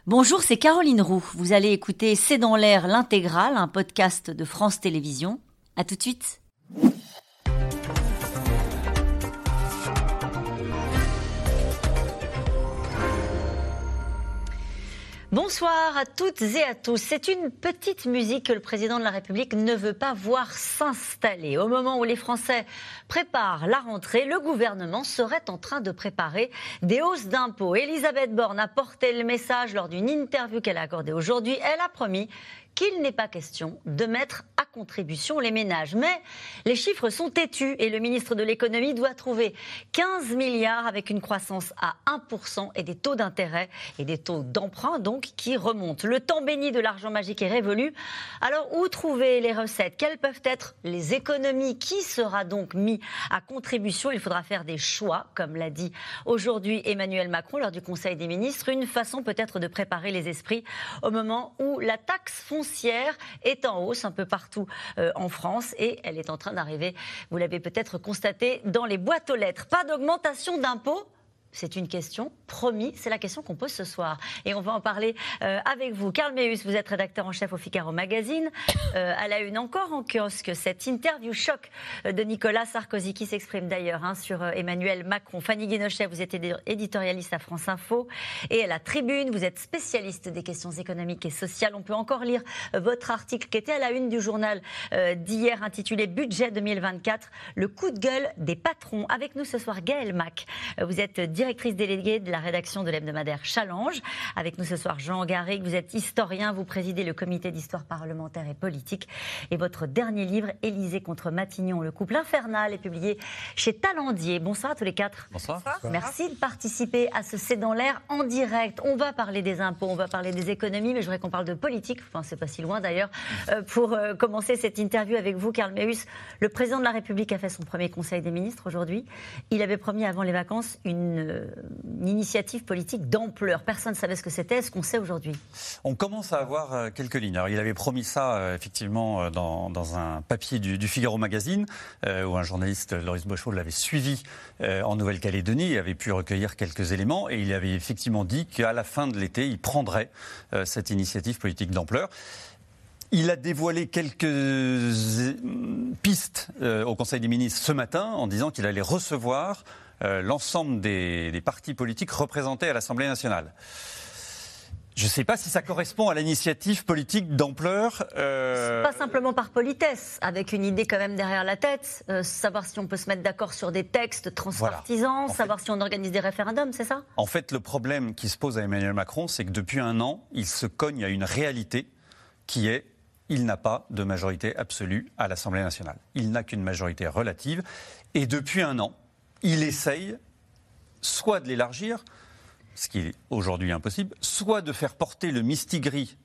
Bonjour, c'est Caroline Roux. Vous allez écouter C'est dans l'air l'intégrale, un podcast de France Télévisions. À tout de suite. Bonsoir à toutes et à tous. C'est une petite musique que le président de la République ne veut pas voir s'installer. Au moment où les Français préparent la rentrée, le gouvernement serait en train de préparer des hausses d'impôts. Elisabeth Borne a porté le message lors d'une interview qu'elle a accordée aujourd'hui. Elle a promis qu'il n'est pas question de mettre à contribution les ménages. Mais les chiffres sont têtus et le ministre de l'économie doit trouver 15 milliards avec une croissance à 1% et des taux d'intérêt et des taux d'emprunt donc qui remontent. Le temps béni de l'argent magique est révolu. Alors où trouver les recettes? Quelles peuvent être les économies? Qui sera donc mis à contribution? Il faudra faire des choix, comme l'a dit aujourd'hui Emmanuel Macron lors du Conseil des ministres. Une façon peut-être de préparer les esprits au moment où la taxe foncière est en hausse un peu partout en France et elle est en train d'arriver, vous l'avez peut-être constaté, dans les boîtes aux lettres. Pas d'augmentation d'impôts? C'est une question, promis, c'est la question qu'on pose ce soir. Et on va en parler avec vous. Karl Meus, vous êtes rédacteur en chef au Figaro Magazine. À la une encore en kiosque, cette interview choc de Nicolas Sarkozy qui s'exprime d'ailleurs sur Emmanuel Macron. Fanny Guénochet, vous êtes éditorialiste à France Info. Et à la Tribune, vous êtes spécialiste des questions économiques et sociales. On peut encore lire votre article qui était à la une du journal d'hier intitulé Budget 2024, le coup de gueule des patrons. Avec nous ce soir, Gaëlle Mac. Vous êtes directrice déléguée de la rédaction de l'hebdomadaire Challenge. Avec nous ce soir, Jean Garrigue, vous êtes historien, vous présidez le comité d'histoire parlementaire et politique. Et votre dernier livre, Élysée contre Matignon, le couple infernal, est publié chez Talendier. Bonsoir à tous les quatre. Bonsoir. Merci de participer à ce C'est dans l'air en direct. On va parler des impôts, on va parler des économies, mais je voudrais qu'on parle de politique. Enfin, c'est pas si loin d'ailleurs. Pour commencer cette interview avec vous, Karl Meus, le président de la République a fait son premier conseil des ministres aujourd'hui. Il avait promis avant les vacances une initiative politique d'ampleur. Personne ne savait ce que c'était. Est-ce qu'on sait aujourd'hui? On commence à avoir quelques lignes. Alors, il avait promis ça, effectivement, dans un papier du Figaro Magazine, où un journaliste, Loris Bochot, l'avait suivi en Nouvelle-Calédonie et avait pu recueillir quelques éléments. Et il avait effectivement dit qu'à la fin de l'été, il prendrait cette initiative politique d'ampleur. Il a dévoilé quelques pistes au Conseil des ministres ce matin en disant qu'il allait recevoir l'ensemble des partis politiques représentés à l'Assemblée nationale. Je ne sais pas si ça correspond à l'initiative politique d'ampleur. Pas simplement par politesse, avec une idée quand même derrière la tête, savoir si on peut se mettre d'accord sur des textes transpartisans, voilà. Savoir si on organise des référendums, c'est ça? En fait, le problème qui se pose à Emmanuel Macron, c'est que depuis un an, il se cogne à une réalité qui est il n'a pas de majorité absolue à l'Assemblée nationale. Il n'a qu'une majorité relative. Et depuis un an, il essaye soit de l'élargir, ce qui est aujourd'hui impossible, soit de faire porter le mistigris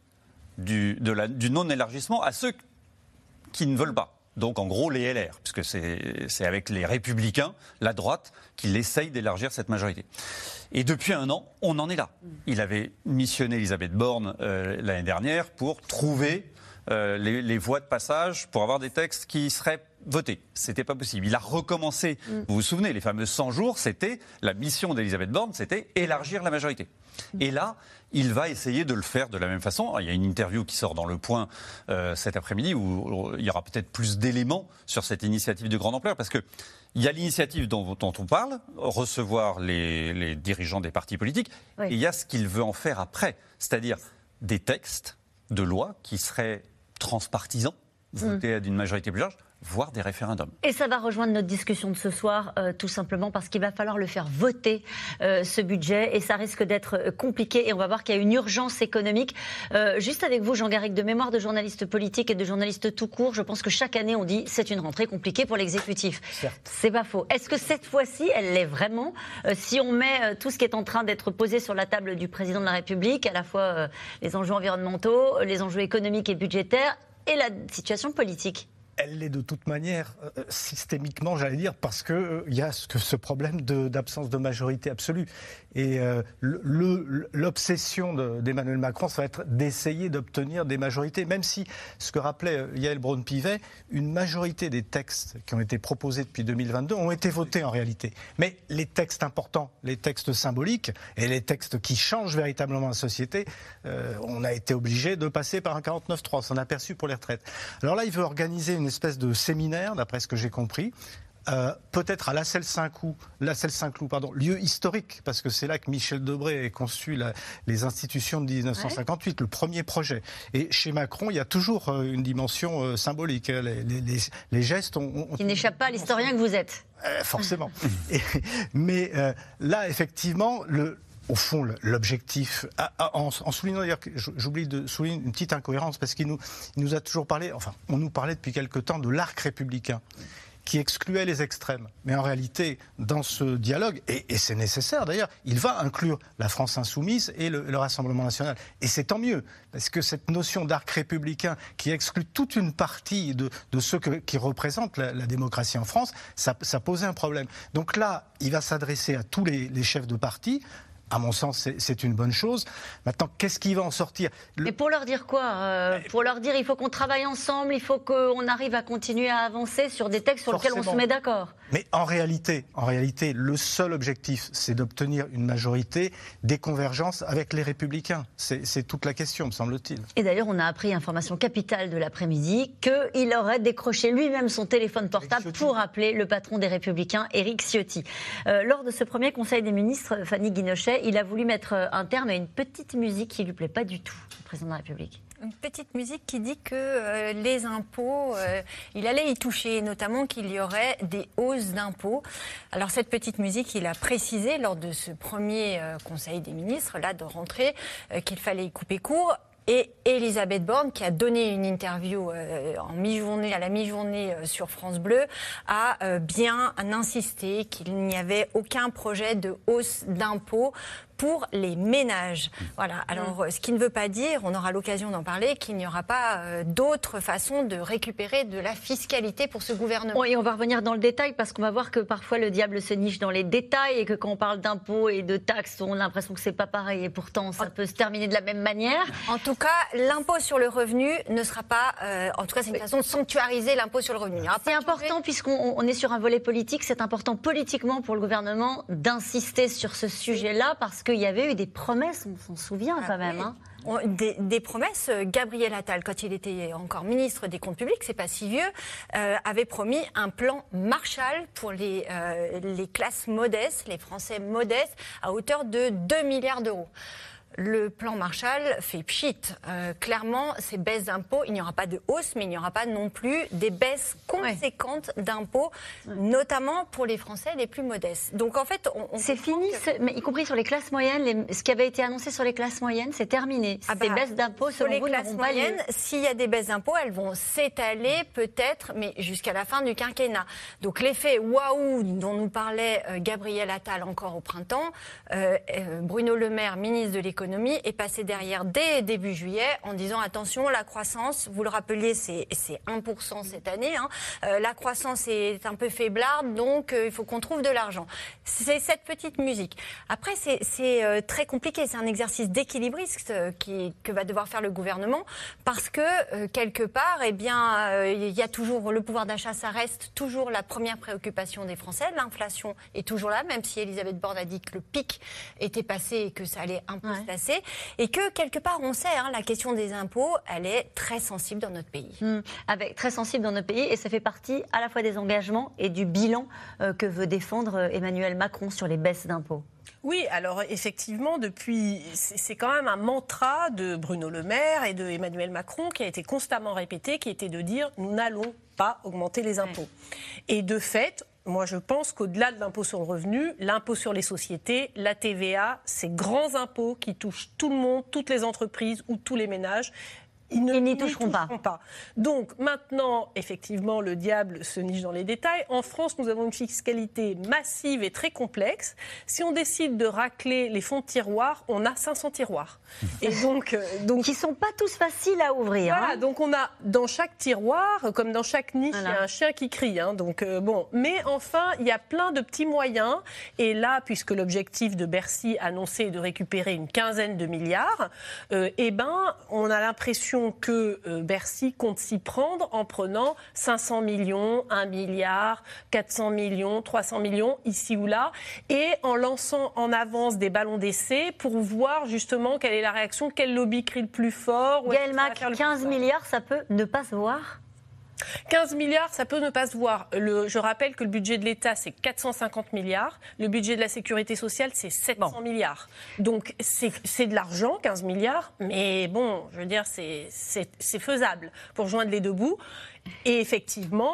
du non-élargissement à ceux qui ne veulent pas. Donc en gros les LR, puisque c'est avec les Républicains, la droite, qu'il essaye d'élargir cette majorité. Et depuis un an, on en est là. Il avait missionné Elisabeth Borne l'année dernière pour trouver les voies de passage pour avoir des textes qui seraient votés. C'était pas possible. Il a recommencé. Vous vous souvenez, les fameux 100 jours, c'était la mission d'Elisabeth Borne, c'était élargir la majorité. Et là, il va essayer de le faire de la même façon. Il y a une interview qui sort dans Le Point cet après-midi où il y aura peut-être plus d'éléments sur cette initiative de grande ampleur parce que il y a l'initiative dont on parle, recevoir les dirigeants des partis politiques, oui. Et il y a ce qu'il veut en faire après, c'est-à-dire des textes de loi qui seraient transpartisans, votés d'une majorité plus large, voire des référendums. Et ça va rejoindre notre discussion de ce soir, tout simplement parce qu'il va falloir le faire voter, ce budget, et ça risque d'être compliqué, et on va voir qu'il y a une urgence économique. Juste avec vous, Jean Garrigue, de mémoire de journaliste politique et de journaliste tout court, je pense que chaque année on dit c'est une rentrée compliquée pour l'exécutif. C'est pas faux. Est-ce que cette fois-ci, elle l'est vraiment? Si on met tout ce qui est en train d'être posé sur la table du président de la République, à la fois les enjeux environnementaux, les enjeux économiques et budgétaires, et la situation politique? Elle l'est de toute manière, systémiquement, j'allais dire, parce qu'il y a ce problème d'absence de majorité absolue. Et l'obsession d'Emmanuel Macron, ça va être d'essayer d'obtenir des majorités, même si, ce que rappelait Yaël Braun-Pivet, une majorité des textes qui ont été proposés depuis 2022 ont été votés en réalité. Mais les textes importants, les textes symboliques et les textes qui changent véritablement la société, on a été obligé de passer par un 49.3, on s'en a aperçu pour les retraites. Alors là, il veut organiser une espèce de séminaire, d'après ce que j'ai compris, peut-être à La Celle-Saint-Cloud, lieu historique, parce que c'est là que Michel Debré a conçu les institutions de 1958, le premier projet. Et chez Macron, il y a toujours une dimension symbolique. Les gestes qui n'échappe pas à l'historien que vous êtes. Forcément. Mais là, effectivement, au fond, l'objectif, en soulignant d'ailleurs, j'oublie de souligner une petite incohérence, parce qu'il nous a toujours parlé, enfin, on nous parlait depuis quelque temps de l'arc républicain, qui excluait les extrêmes. Mais en réalité, dans ce dialogue, et c'est nécessaire d'ailleurs, il va inclure la France insoumise et le Rassemblement national. Et c'est tant mieux, parce que cette notion d'arc républicain qui exclut toute une partie de ceux qui représentent la démocratie en France, ça posait un problème. Donc là, il va s'adresser à tous les chefs de parti. À mon sens, c'est une bonne chose. Maintenant, qu'est-ce qui va en sortir ? Mais pour leur dire quoi ? Pour leur dire il faut qu'on travaille ensemble, il faut qu'on arrive à continuer à avancer sur des textes sur lesquels on se met d'accord. Mais en réalité, le seul objectif, c'est d'obtenir une majorité, des convergences avec les Républicains. C'est toute la question, me semble-t-il. Et d'ailleurs, on a appris, information capitale de l'après-midi, qu'il aurait décroché lui-même son téléphone portable pour appeler le patron des Républicains, Éric Ciotti. Lors de ce premier Conseil des ministres, Fanny Guinochet, il a voulu mettre un terme à une petite musique qui ne lui plaît pas du tout, le président de la République. Une petite musique qui dit que les impôts, il allait y toucher, notamment qu'il y aurait des hausses d'impôts. Alors cette petite musique, il a précisé lors de ce premier Conseil des ministres, là de rentrée, qu'il fallait y couper court. Et Elisabeth Borne, qui a donné une interview à la mi-journée sur France Bleu, a bien insisté qu'il n'y avait aucun projet de hausse d'impôts pour les ménages. Voilà. Alors, ce qui ne veut pas dire, on aura l'occasion d'en parler, qu'il n'y aura pas d'autres façons de récupérer de la fiscalité pour ce gouvernement. Bon, et on va revenir dans le détail, parce qu'on va voir que parfois le diable se niche dans les détails et que quand on parle d'impôts et de taxes, on a l'impression que c'est pas pareil et pourtant ça peut se terminer de la même manière. En tout cas, l'impôt sur le revenu ne sera pas... en tout cas, c'est une façon de sanctuariser l'impôt sur le revenu. C'est important, puisqu'on est sur un volet politique, c'est important politiquement pour le gouvernement d'insister sur ce sujet-là, parce qu'il y avait eu des promesses, on s'en souvient quand même. Oui. Des promesses. Gabriel Attal, quand il était encore ministre des Comptes publics, c'est pas si vieux, avait promis un plan Marshall pour les classes modestes, les Français modestes, à hauteur de 2 milliards d'euros. Le plan Marshall fait pchit. Clairement, ces baisses d'impôts, il n'y aura pas de hausse, mais il n'y aura pas non plus des baisses conséquentes d'impôts, notamment pour les Français les plus modestes. Donc en fait, c'est fini, mais y compris sur les classes moyennes, ce qui avait été annoncé sur les classes moyennes, c'est terminé. Ces baisses d'impôts, selon vous, n'auront pas lieu. S'il y a des baisses d'impôts, elles vont s'étaler peut-être, mais jusqu'à la fin du quinquennat. Donc l'effet waouh dont nous parlait Gabriel Attal encore au printemps, Bruno Le Maire, ministre de l'Économie, est passé derrière dès début juillet en disant attention, la croissance, vous le rappeliez, c'est 1% cette année, la croissance est un peu faiblarde, donc il faut qu'on trouve de l'argent. C'est cette petite musique. Après, c'est très compliqué, c'est un exercice d'équilibriste que va devoir faire le gouvernement, parce que quelque part, il y a toujours le pouvoir d'achat, ça reste toujours la première préoccupation des Français. L'inflation est toujours là, même si Elisabeth Borne a dit que le pic était passé et que ça allait un peu se passer, et que quelque part on sait, la question des impôts, elle est très sensible dans notre pays. Très sensible dans notre pays, et ça fait partie à la fois des engagements et du bilan que veut défendre Emmanuel Macron sur les baisses d'impôts. Oui, alors effectivement, c'est quand même un mantra de Bruno Le Maire et de Emmanuel Macron qui a été constamment répété, qui était de dire nous n'allons pas augmenter les impôts. Et de fait, moi, je pense qu'au-delà de l'impôt sur le revenu, l'impôt sur les sociétés, la TVA, ces grands impôts qui touchent tout le monde, toutes les entreprises ou tous les ménages, ils n'y toucheront pas. Donc maintenant, effectivement, le diable se niche dans les détails. En France, nous avons une fiscalité massive et très complexe. Si on décide de racler les fonds de tiroir, on a 500 tiroirs. Et donc qui ne sont pas tous faciles à ouvrir. Voilà, donc on a dans chaque tiroir, comme dans chaque niche, il y a un chien qui crie. Donc bon, mais enfin, il y a plein de petits moyens. Et là, puisque l'objectif de Bercy annoncé est de récupérer une quinzaine de milliards, on a l'impression que Bercy compte s'y prendre en prenant 500 millions, 1 milliard, 400 millions, 300 millions, ici ou là, et en lançant en avance des ballons d'essai pour voir justement quelle est la réaction, quel lobby crie le plus fort. Gaël Mac, 15 milliards, ça peut ne pas se voir ? 15 milliards, ça peut ne pas se voir. Je rappelle que le budget de l'État, c'est 450 milliards. Le budget de la sécurité sociale, c'est 700 milliards. Donc, c'est de l'argent, 15 milliards. Mais bon, je veux dire, c'est faisable pour joindre les deux bouts. Et effectivement,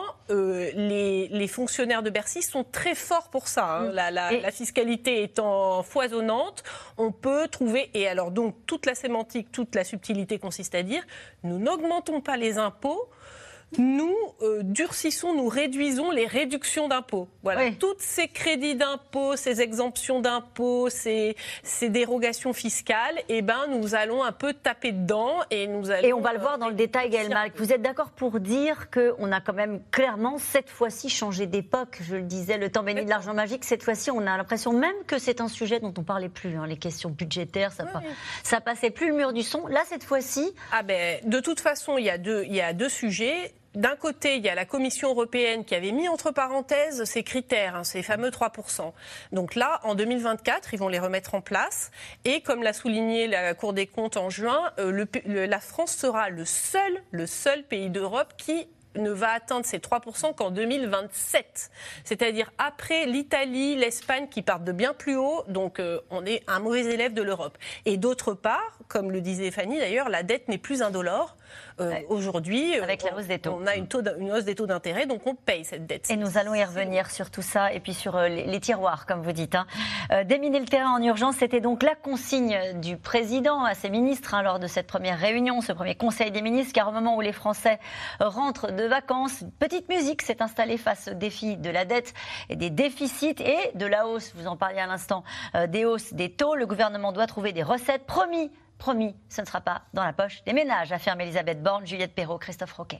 les fonctionnaires de Bercy sont très forts pour ça. La fiscalité étant foisonnante, on peut trouver... Et alors, donc, toute la sémantique, toute la subtilité consiste à dire, nous n'augmentons pas les impôts, nous durcissons, nous réduisons les réductions d'impôts. Voilà. Oui. Tous ces crédits d'impôts, ces exemptions d'impôts, ces dérogations fiscales, nous allons un peu taper dedans et nous allons... Et on va le voir dans le détail, Gaël Mac. Vous êtes d'accord pour dire qu'on a quand même clairement, cette fois-ci, changé d'époque. Je le disais, le temps béni de l'argent magique, cette fois-ci, on a l'impression même que c'est un sujet dont on ne parlait plus. Les questions budgétaires, ça passait plus le mur du son. Là, cette fois-ci... de toute façon, il y a deux sujets. D'un côté, il y a la Commission européenne qui avait mis entre parenthèses ces critères, ces fameux 3%. Donc là, en 2024, ils vont les remettre en place. Et comme l'a souligné la Cour des comptes en juin, la France sera le seul pays d'Europe qui ne va atteindre ces 3% qu'en 2027. C'est-à-dire après l'Italie, l'Espagne qui partent de bien plus haut. Donc on est un mauvais élève de l'Europe. Et d'autre part, comme le disait Fanny d'ailleurs, la dette n'est plus indolore. Aujourd'hui, avec la hausse des taux. On a une hausse des taux d'intérêt, donc on paye cette dette. Et nous allons y revenir sur tout ça et puis sur les tiroirs, comme vous dites. Déminer le terrain en urgence, c'était donc la consigne du président à ses ministres lors de cette première réunion, ce premier conseil des ministres, car au moment où les Français rentrent de vacances, une petite musique s'est installée face au défi de la dette et des déficits et de la hausse, vous en parliez à l'instant, des hausses des taux. Le gouvernement doit trouver des recettes. Promis, ce ne sera pas dans la poche des ménages, affirme Elisabeth Borne, Juliette Perrault, Christophe Roquet.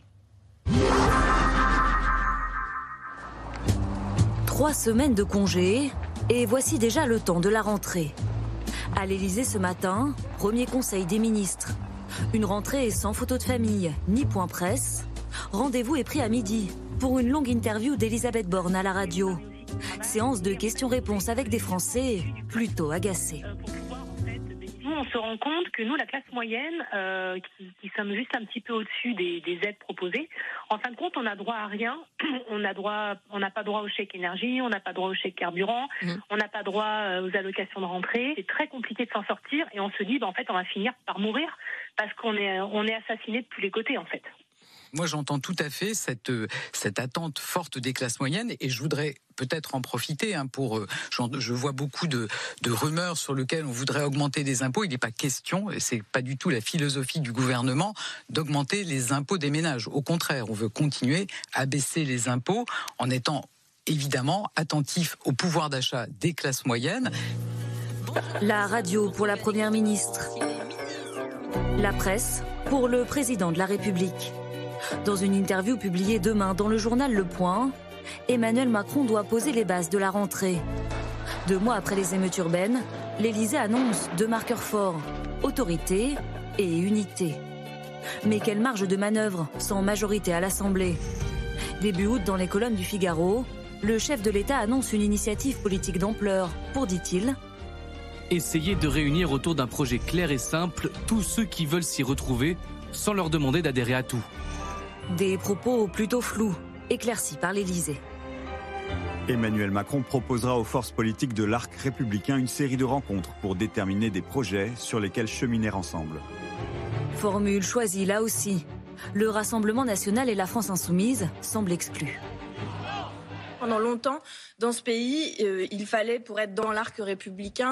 3 semaines de congé et voici déjà le temps de la rentrée. À l'Élysée ce matin, premier conseil des ministres. Une rentrée sans photo de famille, ni point presse. Rendez-vous est pris à midi pour une longue interview d'Elisabeth Borne à la radio. Séance de questions-réponses avec des Français plutôt agacés. On se rend compte que nous, la classe moyenne, qui sommes juste un petit peu au-dessus des aides proposées, en fin de compte, on n'a droit à rien. On n'a pas droit au chèque énergie, on n'a pas droit au chèque carburant, on n'a pas droit aux allocations de rentrée. C'est très compliqué de s'en sortir et on se dit, en fait, on va finir par mourir parce qu'on est assassiné de tous les côtés, en fait. Moi, j'entends tout à fait cette attente forte des classes moyennes et je voudrais peut-être en profiter je vois beaucoup de rumeurs sur lesquelles on voudrait augmenter des impôts. Il n'est pas question, et c'est pas du tout la philosophie du gouvernement, d'augmenter les impôts des ménages. Au contraire, on veut continuer à baisser les impôts en étant évidemment attentif au pouvoir d'achat des classes moyennes. La radio pour la Première ministre. La presse pour le président de la République. Dans une interview publiée demain dans le journal Le Point, Emmanuel Macron doit poser les bases de la rentrée. 2 mois après les émeutes urbaines, l'Élysée annonce 2 marqueurs forts, autorité et unité. Mais quelle marge de manœuvre sans majorité à l'Assemblée ? Début août, dans les colonnes du Figaro, le chef de l'État annonce une initiative politique d'ampleur pour, dit-il, essayer de réunir autour d'un projet clair et simple tous ceux qui veulent s'y retrouver sans leur demander d'adhérer à tout. Des propos plutôt flous, éclaircis par l'Élysée. Emmanuel Macron proposera aux forces politiques de l'arc républicain une série de rencontres pour déterminer des projets sur lesquels cheminer ensemble. Formule choisie là aussi. Le Rassemblement national et la France insoumise semblent exclus. Pendant longtemps, dans ce pays, il fallait, pour être dans l'arc républicain,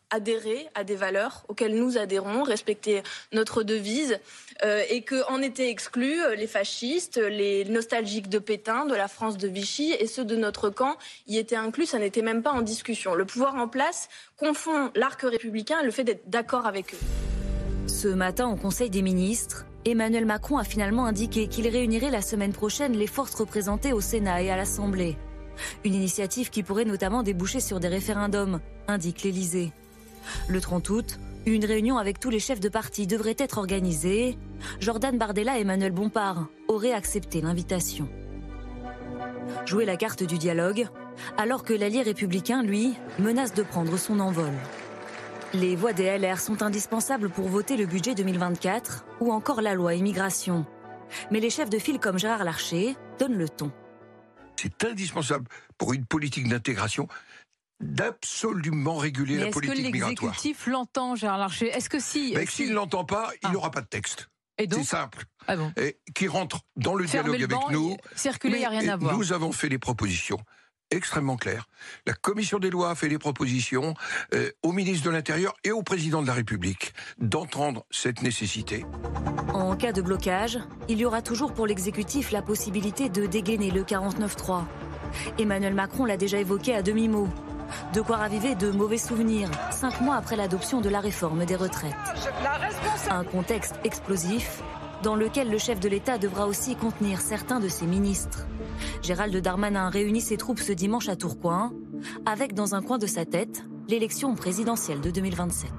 adhérer à des valeurs auxquelles nous adhérons, respecter notre devise, et qu'en étaient exclus les fascistes, les nostalgiques de Pétain, de la France de Vichy, et ceux de notre camp y étaient inclus, ça n'était même pas en discussion. Le pouvoir en place confond l'arc républicain et le fait d'être d'accord avec eux. Ce matin, au Conseil des ministres, Emmanuel Macron a finalement indiqué qu'il réunirait la semaine prochaine les forces représentées au Sénat et à l'Assemblée. Une initiative qui pourrait notamment déboucher sur des référendums, indique l'Élysée. Le 30 août, une réunion avec tous les chefs de parti devrait être organisée. Jordan Bardella et Emmanuel Bompard auraient accepté l'invitation. Jouer la carte du dialogue, alors que l'allié républicain, lui, menace de prendre son envol. Les voix des LR sont indispensables pour voter le budget 2024 ou encore la loi immigration. Mais les chefs de file comme Gérard Larcher donnent le ton. C'est indispensable pour une politique d'intégration d'absolument réguler la politique migratoire. Est-ce que l'exécutif l'entend, Gérard Larcher? Est-ce que s'il ne l'entend pas, il n'aura pas de texte. Et donc, c'est simple. Ah bon. Et qui rentre dans le dialogue avec nous. Circuler, il n'y a rien à voir. Nous avons fait des propositions extrêmement claires. La commission des lois a fait des propositions au ministre de l'Intérieur et au président de la République d'entendre cette nécessité. En cas de blocage, il y aura toujours pour l'exécutif la possibilité de dégainer le 49.3. Emmanuel Macron l'a déjà évoqué à demi-mot. De quoi raviver de mauvais souvenirs, 5 mois après l'adoption de la réforme des retraites. Un contexte explosif dans lequel le chef de l'État devra aussi contenir certains de ses ministres. Gérald Darmanin réunit ses troupes ce dimanche à Tourcoing, avec dans un coin de sa tête l'élection présidentielle de 2027.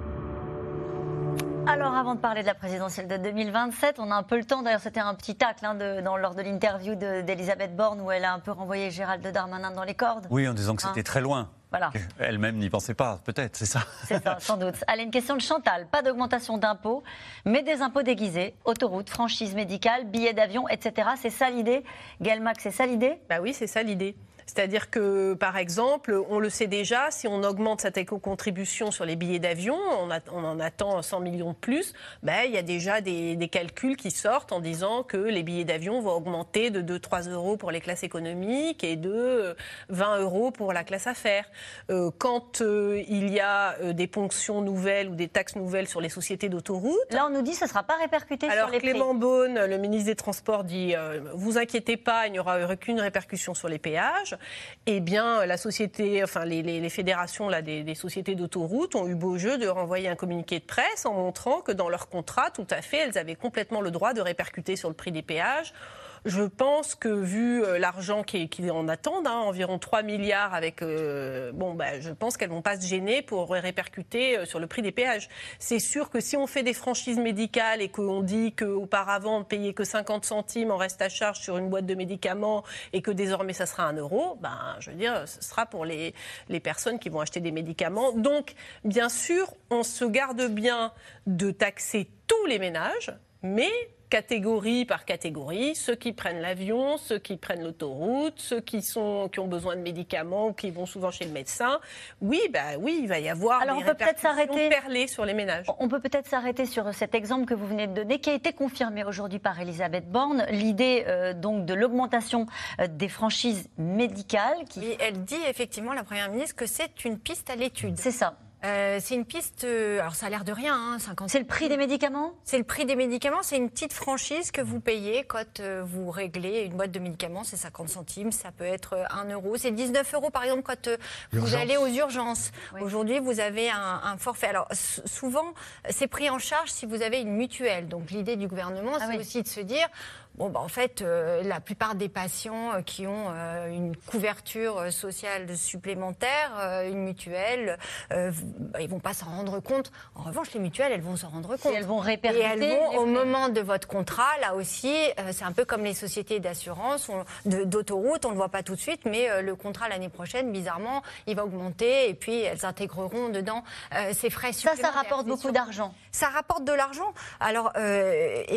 Alors, avant de parler de la présidentielle de 2027, on a un peu le temps. D'ailleurs, c'était un petit tacle lors de l'interview d'Elisabeth Borne où elle a un peu renvoyé Gérald Darmanin dans les cordes. Oui, en disant que c'était très loin. Voilà. Elle-même n'y pensait pas, peut-être, c'est ça. C'est ça, sans doute. Allez, une question de Chantal. Pas d'augmentation d'impôts, mais des impôts déguisés. Autoroutes, franchises médicales, billets d'avion, etc. C'est ça l'idée. Gaël Mac, c'est ça l'idée? Bah oui, c'est ça l'idée. C'est-à-dire que, par exemple, on le sait déjà, si on augmente cette éco-contribution sur les billets d'avion, on en attend 100 millions de plus, il y a déjà des calculs qui sortent en disant que les billets d'avion vont augmenter de 2-3 euros pour les classes économiques et de 20 euros pour la classe affaires. Quand il y a des ponctions nouvelles ou des taxes nouvelles sur les sociétés d'autoroutes... Là, on nous dit que ce ne sera pas répercuté sur les prix. Alors, Clément Beaune, le ministre des Transports, dit « Vous inquiétez pas, il n'y aura aucune répercussion sur les péages ». Eh bien, la société, les fédérations des sociétés d'autoroutes ont eu beau jeu de renvoyer un communiqué de presse en montrant que dans leur contrat, tout à fait, elles avaient complètement le droit de répercuter sur le prix des péages. Je pense que vu l'argent qu'ils en attendent, environ 3 milliards avec... je pense qu'elles ne vont pas se gêner pour répercuter sur le prix des péages. C'est sûr que si on fait des franchises médicales et qu'on dit qu'auparavant on ne payait que 50 centimes en reste à charge sur une boîte de médicaments et que désormais ça sera 1 euro, je veux dire, ce sera pour les personnes qui vont acheter des médicaments. Donc, bien sûr, on se garde bien de taxer tous les ménages, mais... catégorie par catégorie, ceux qui prennent l'avion, ceux qui prennent l'autoroute, ceux qui ont besoin de médicaments ou qui vont souvent chez le médecin. Oui, il va y avoir des répercussions perlées sur les ménages. On peut peut-être s'arrêter sur cet exemple que vous venez de donner, qui a été confirmé aujourd'hui par Elisabeth Borne, l'idée donc de l'augmentation des franchises médicales. Oui, elle dit effectivement, la Première ministre, que c'est une piste à l'étude. C'est ça. C'est une piste, alors ça a l'air de rien, 50. C'est le prix des médicaments ? C'est le prix des médicaments, c'est une petite franchise que vous payez quand vous réglez une boîte de médicaments, c'est 50 centimes, ça peut être 1 euro. C'est 19 euros par exemple quand vous allez aux urgences. Oui. Aujourd'hui, vous avez un forfait. Alors souvent, c'est pris en charge si vous avez une mutuelle. Donc l'idée du gouvernement, c'est aussi de se dire... en fait, la plupart des patients qui ont une couverture sociale supplémentaire, une mutuelle, ils ne vont pas s'en rendre compte. En revanche, les mutuelles, elles vont s'en rendre compte. Et elles vont répercuter. Et elles vont, au moment de votre contrat, là aussi, c'est un peu comme les sociétés d'assurance, d'autoroute, on ne le voit pas tout de suite, mais le contrat l'année prochaine, bizarrement, il va augmenter et puis elles intégreront dedans ces frais supplémentaires. Ça rapporte beaucoup d'argent. Ça rapporte de l'argent. Alors,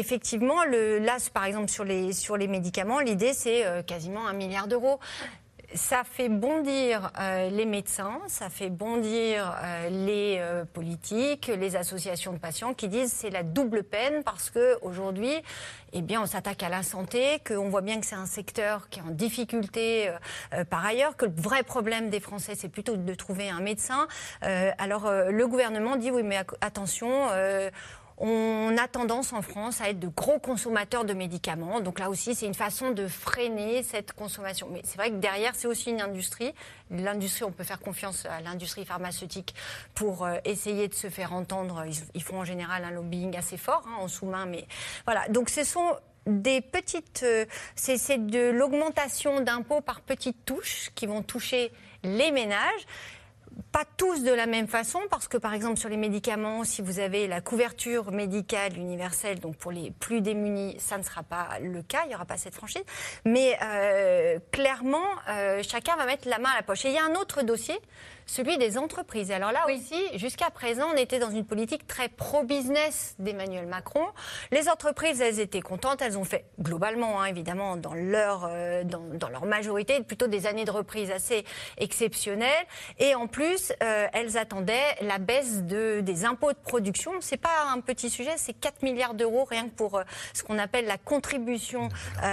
effectivement, là, par exemple, sur les médicaments, l'idée, c'est quasiment 1 milliard d'euros. Ça fait bondir les médecins, ça fait bondir les politiques, les associations de patients qui disent c'est la double peine parce qu'aujourd'hui, on s'attaque à la santé, qu'on voit bien que c'est un secteur qui est en difficulté par ailleurs, que le vrai problème des Français, c'est plutôt de trouver un médecin. Alors le gouvernement dit oui, mais attention... on a tendance en France à être de gros consommateurs de médicaments. Donc là aussi, c'est une façon de freiner cette consommation. Mais c'est vrai que derrière, c'est aussi une industrie. L'industrie, on peut faire confiance à l'industrie pharmaceutique pour essayer de se faire entendre. Ils font en général un lobbying assez fort, en sous-main. Mais voilà. Donc ce sont des petites... c'est de l'augmentation d'impôts par petites touches qui vont toucher les ménages. Pas tous de la même façon, parce que par exemple sur les médicaments, si vous avez la couverture médicale universelle, donc pour les plus démunis, ça ne sera pas le cas, il n'y aura pas cette franchise. Mais clairement, chacun va mettre la main à la poche. Et il y a un autre dossier, celui des entreprises. Alors là aussi, jusqu'à présent, on était dans une politique très pro-business d'Emmanuel Macron. Les entreprises, elles étaient contentes, elles ont fait globalement, évidemment, dans leur majorité, plutôt des années de reprise assez exceptionnelles. Et en plus, elles attendaient la baisse des impôts de production. C'est pas un petit sujet, c'est 4 milliards d'euros rien que pour ce qu'on appelle la contribution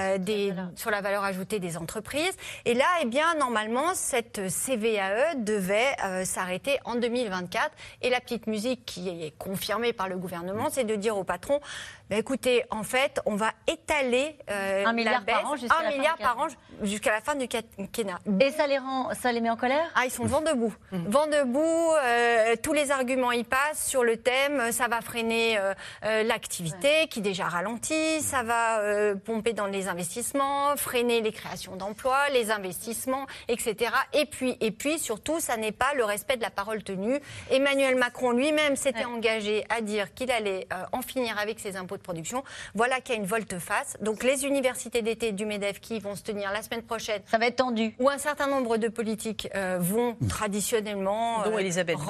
sur la valeur ajoutée des entreprises. Et là, normalement, cette CVAE devait s'arrêter en 2024. Et la petite musique qui est confirmée par le gouvernement, c'est de dire au patron, écoutez, en fait, on va étaler 1 milliard la baisse, par an jusqu'à la fin du quinquennat. Et ça les met en colère ? Ils sont vent debout. Vent debout, tous les arguments y passent sur le thème, ça va freiner l'activité qui déjà ralentit, ça va pomper dans les investissements, freiner les créations d'emplois, les investissements, etc. Et puis surtout, ça n'est pas le respect de la parole tenue. Emmanuel Macron lui-même s'était engagé à dire qu'il allait en finir avec ses impôts de production. Voilà qu'il y a une volte-face. Donc les universités d'été du MEDEF qui vont se tenir la semaine prochaine. Ça va être tendu. Où un certain nombre de politiques vont traditionnellement dont Elisabeth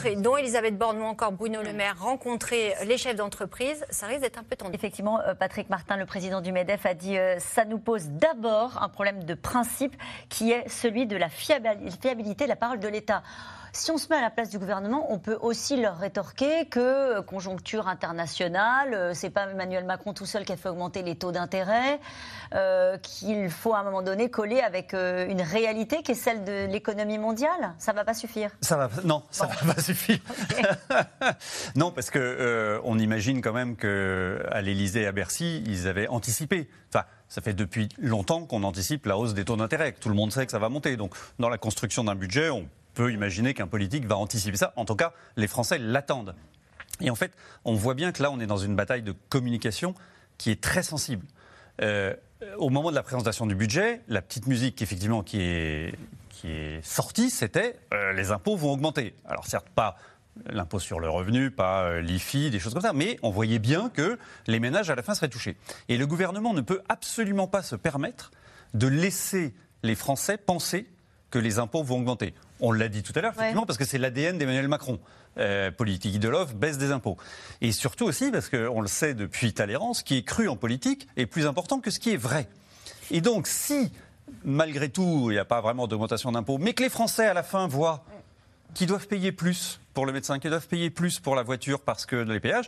Borne ou encore Bruno Le Maire rencontrer les chefs d'entreprise. Ça risque d'être un peu tendu. Effectivement, Patrick Martin, le président du MEDEF, a dit ça nous pose d'abord un problème de principe qui est celui de la fiabilité de la parole de l'État. Si on se met à la place du gouvernement, on peut aussi leur rétorquer que conjoncture internationale, c'est pas Emmanuel Macron tout seul qui a fait augmenter les taux d'intérêt, qu'il faut à un moment donné coller avec une réalité qui est celle de l'économie mondiale. Ça va pas suffire. Ça va pas suffire. Okay. Non, parce que on imagine quand même qu'à l'Élysée et à Bercy, ils avaient anticipé. Enfin, ça fait depuis longtemps qu'on anticipe la hausse des taux d'intérêt. Tout le monde sait que ça va monter. Donc, dans la construction d'un budget, on peut imaginer qu'un politique va anticiper ça. En tout cas, les Français l'attendent. Et en fait, on voit bien que là, on est dans une bataille de communication qui est très sensible. Au moment de la présentation du budget, la petite musique, effectivement, qui est sortie, c'était les impôts vont augmenter. Alors, certes, pas l'impôt sur le revenu, pas l'IFI, des choses comme ça, mais on voyait bien que les ménages, à la fin, seraient touchés. Et le gouvernement ne peut absolument pas se permettre de laisser les Français penser que les impôts vont augmenter. On l'a dit tout à l'heure, effectivement, parce que c'est l'ADN d'Emmanuel Macron. Politique de l'offre, baisse des impôts. Et surtout aussi, parce qu'on le sait depuis Talleyrand, ce qui est cru en politique est plus important que ce qui est vrai. Et donc, si, malgré tout, il n'y a pas vraiment d'augmentation d'impôts, mais que les Français, à la fin, voient qu'ils doivent payer plus pour le médecin, qu'ils doivent payer plus pour la voiture parce que les péages,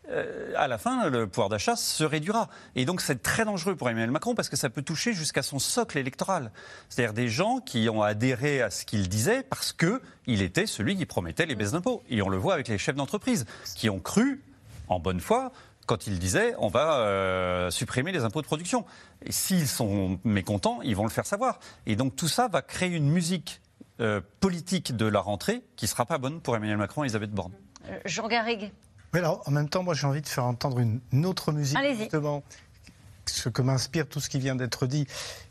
à la fin, le pouvoir d'achat se réduira. Et donc, c'est très dangereux pour Emmanuel Macron parce que ça peut toucher jusqu'à son socle électoral. C'est-à-dire des gens qui ont adhéré à ce qu'il disait parce qu'il était celui qui promettait les baisses d'impôts. Et on le voit avec les chefs d'entreprise qui ont cru, en bonne foi, quand il disait on va supprimer les impôts de production. Et s'ils sont mécontents, ils vont le faire savoir. Et donc, tout ça va créer une musique politique de la rentrée qui ne sera pas bonne pour Emmanuel Macron et Elisabeth Borne. Jean Garrigue. Mais alors, en même temps, moi j'ai envie de faire entendre une autre musique, justement, ce que m'inspire tout ce qui vient d'être dit.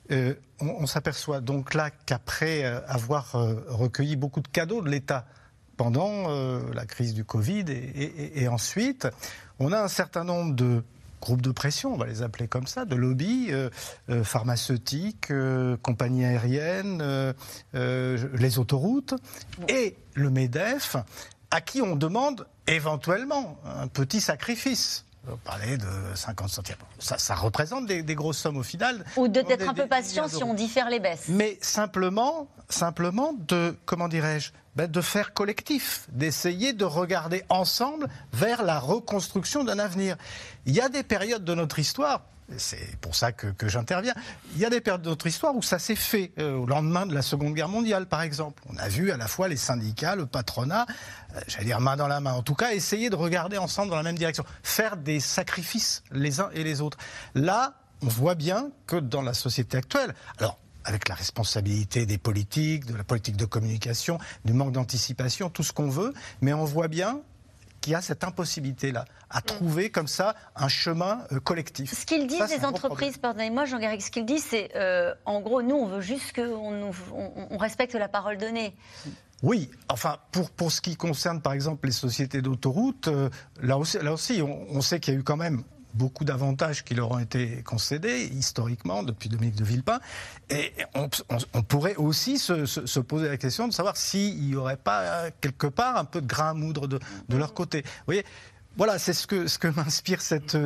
On s'aperçoit donc là qu'après avoir recueilli beaucoup de cadeaux de l'État pendant la crise du Covid et ensuite, on a un certain nombre de groupes de pression, on va les appeler comme ça, de lobbies pharmaceutiques, compagnies aériennes, les autoroutes et le MEDEF, à qui on demande éventuellement un petit sacrifice. On parlait de 50 centimes. Ça représente des grosses sommes au final. Ou d'être un peu patient si on diffère les baisses. Mais simplement de, comment dirais-je, de faire collectif, d'essayer de regarder ensemble vers la reconstruction d'un avenir. Il y a des périodes de notre histoire, c'est pour ça que j'interviens, il y a des périodes de notre histoire où ça s'est fait, au lendemain de la Seconde Guerre mondiale par exemple. On a vu à la fois les syndicats, le patronat, j'allais dire main dans la main, en tout cas essayer de regarder ensemble dans la même direction, faire des sacrifices les uns et les autres. Là, on voit bien que dans la société actuelle, alors avec la responsabilité des politiques, de la politique de communication, du manque d'anticipation, tout ce qu'on veut, mais on voit bien qu'il y a cette impossibilité-là à trouver comme ça un chemin collectif. Ce qu'ils disent les entreprises, pardonnez-moi Jean-Garrigue, ce qu'ils disent c'est en gros nous on veut juste qu'on respecte la parole donnée. Oui, enfin, pour ce qui concerne par exemple les sociétés d'autoroutes, là aussi on sait qu'il y a eu quand même beaucoup d'avantages qui leur ont été concédés historiquement depuis Dominique de Villepin. Et on pourrait aussi se poser la question de savoir s'il n'y aurait pas quelque part un peu de grain à moudre de leur côté. Vous voyez, voilà, c'est ce que m'inspire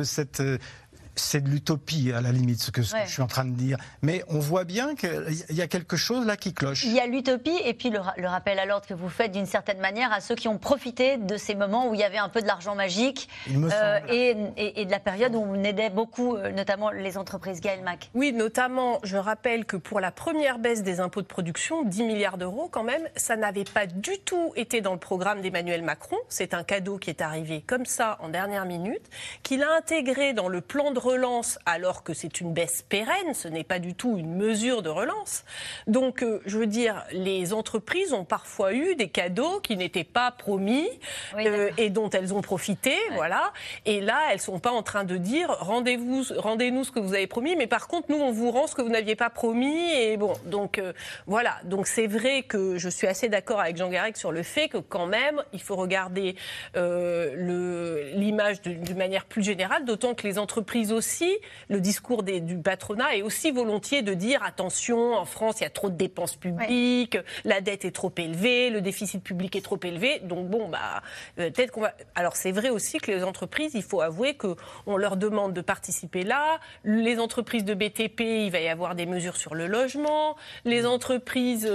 c'est de l'utopie, à la limite, ce que je suis en train de dire. Mais on voit bien qu'il y a quelque chose là qui cloche. Il y a l'utopie et puis le rappel à l'ordre que vous faites d'une certaine manière à ceux qui ont profité de ces moments où il y avait un peu de l'argent magique et de la période où on aidait beaucoup, notamment les entreprises. Gaëlle Mac. Oui, notamment, je rappelle que pour la première baisse des impôts de production, 10 milliards d'euros quand même, ça n'avait pas du tout été dans le programme d'Emmanuel Macron. C'est un cadeau qui est arrivé comme ça en dernière minute, qu'il a intégré dans le plan de relance alors que c'est une baisse pérenne, ce n'est pas du tout une mesure de relance. Donc, je veux dire, les entreprises ont parfois eu des cadeaux qui n'étaient pas promis et dont elles ont profité, voilà. Et là, elles ne sont pas en train de dire rendez-nous ce que vous avez promis, mais par contre, nous, on vous rend ce que vous n'aviez pas promis. Et bon, donc voilà. Donc c'est vrai que je suis assez d'accord avec Jean Garrigue sur le fait que quand même, il faut regarder l'image d'une manière plus générale, d'autant que les entreprises aussi, le discours du patronat est aussi volontiers de dire attention, en France, il y a trop de dépenses publiques, la dette est trop élevée, le déficit public est trop élevé. Donc bon, peut-être qu'on va... Alors c'est vrai aussi que les entreprises, il faut avouer qu'on leur demande de participer là. Les entreprises de BTP, il va y avoir des mesures sur le logement. Les entreprises,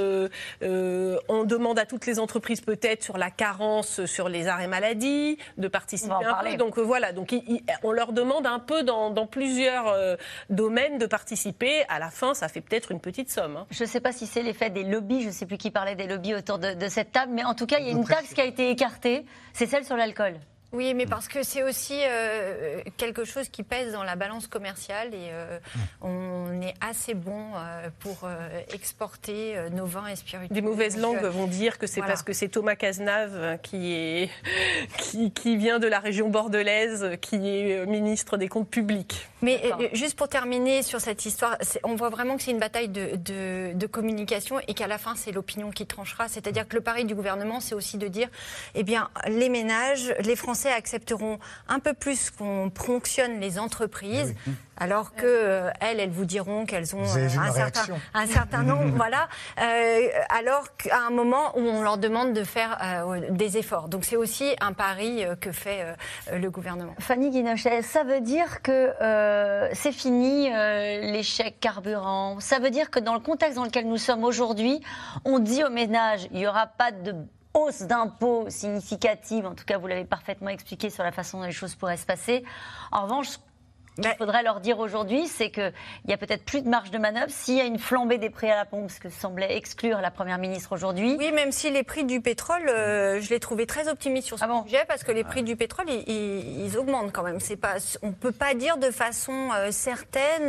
on demande à toutes les entreprises peut-être sur la carence, sur les arrêts maladie, de participer un peu. Donc voilà, donc on leur demande un peu dans plusieurs domaines de participer. À la fin, ça fait peut-être une petite somme. Hein. Je ne sais pas si c'est l'effet des lobbies, je ne sais plus qui parlait des lobbies autour de cette table, mais en tout cas, il y a une taxe qui a été écartée, c'est celle sur l'alcool. Oui, mais parce que c'est aussi quelque chose qui pèse dans la balance commerciale et on est assez bon pour exporter nos vins et spiritueux. Des mauvaises langues vont dire que c'est parce que c'est Thomas Cazenave qui vient de la région bordelaise, qui est ministre des Comptes publics. Mais juste pour terminer sur cette histoire, on voit vraiment que c'est une bataille de communication et qu'à la fin, c'est l'opinion qui tranchera. C'est-à-dire que le pari du gouvernement, c'est aussi de dire, eh bien, les ménages, les Français accepteront un peu plus qu'on ponctionne les entreprises, alors que elles vous diront qu'elles ont un certain nombre, voilà, alors qu'à un moment où on leur demande de faire des efforts. Donc c'est aussi un pari que fait le gouvernement. Fanny Guinochet, ça veut dire que c'est fini les chèques carburant. Ça veut dire que dans le contexte dans lequel nous sommes aujourd'hui, on dit aux ménages, il n'y aura pas de hausse d'impôts significative, en tout cas vous l'avez parfaitement expliqué sur la façon dont les choses pourraient se passer. En revanche, ce qu'il faudrait leur dire aujourd'hui, c'est qu'il y a peut-être plus de marge de manœuvre s'il y a une flambée des prix à la pompe, ce que semblait exclure la Première ministre aujourd'hui. Oui, même si les prix du pétrole, je l'ai trouvé très optimiste sur ce sujet, parce que les prix du pétrole, ils augmentent quand même. On ne peut pas dire de façon certaine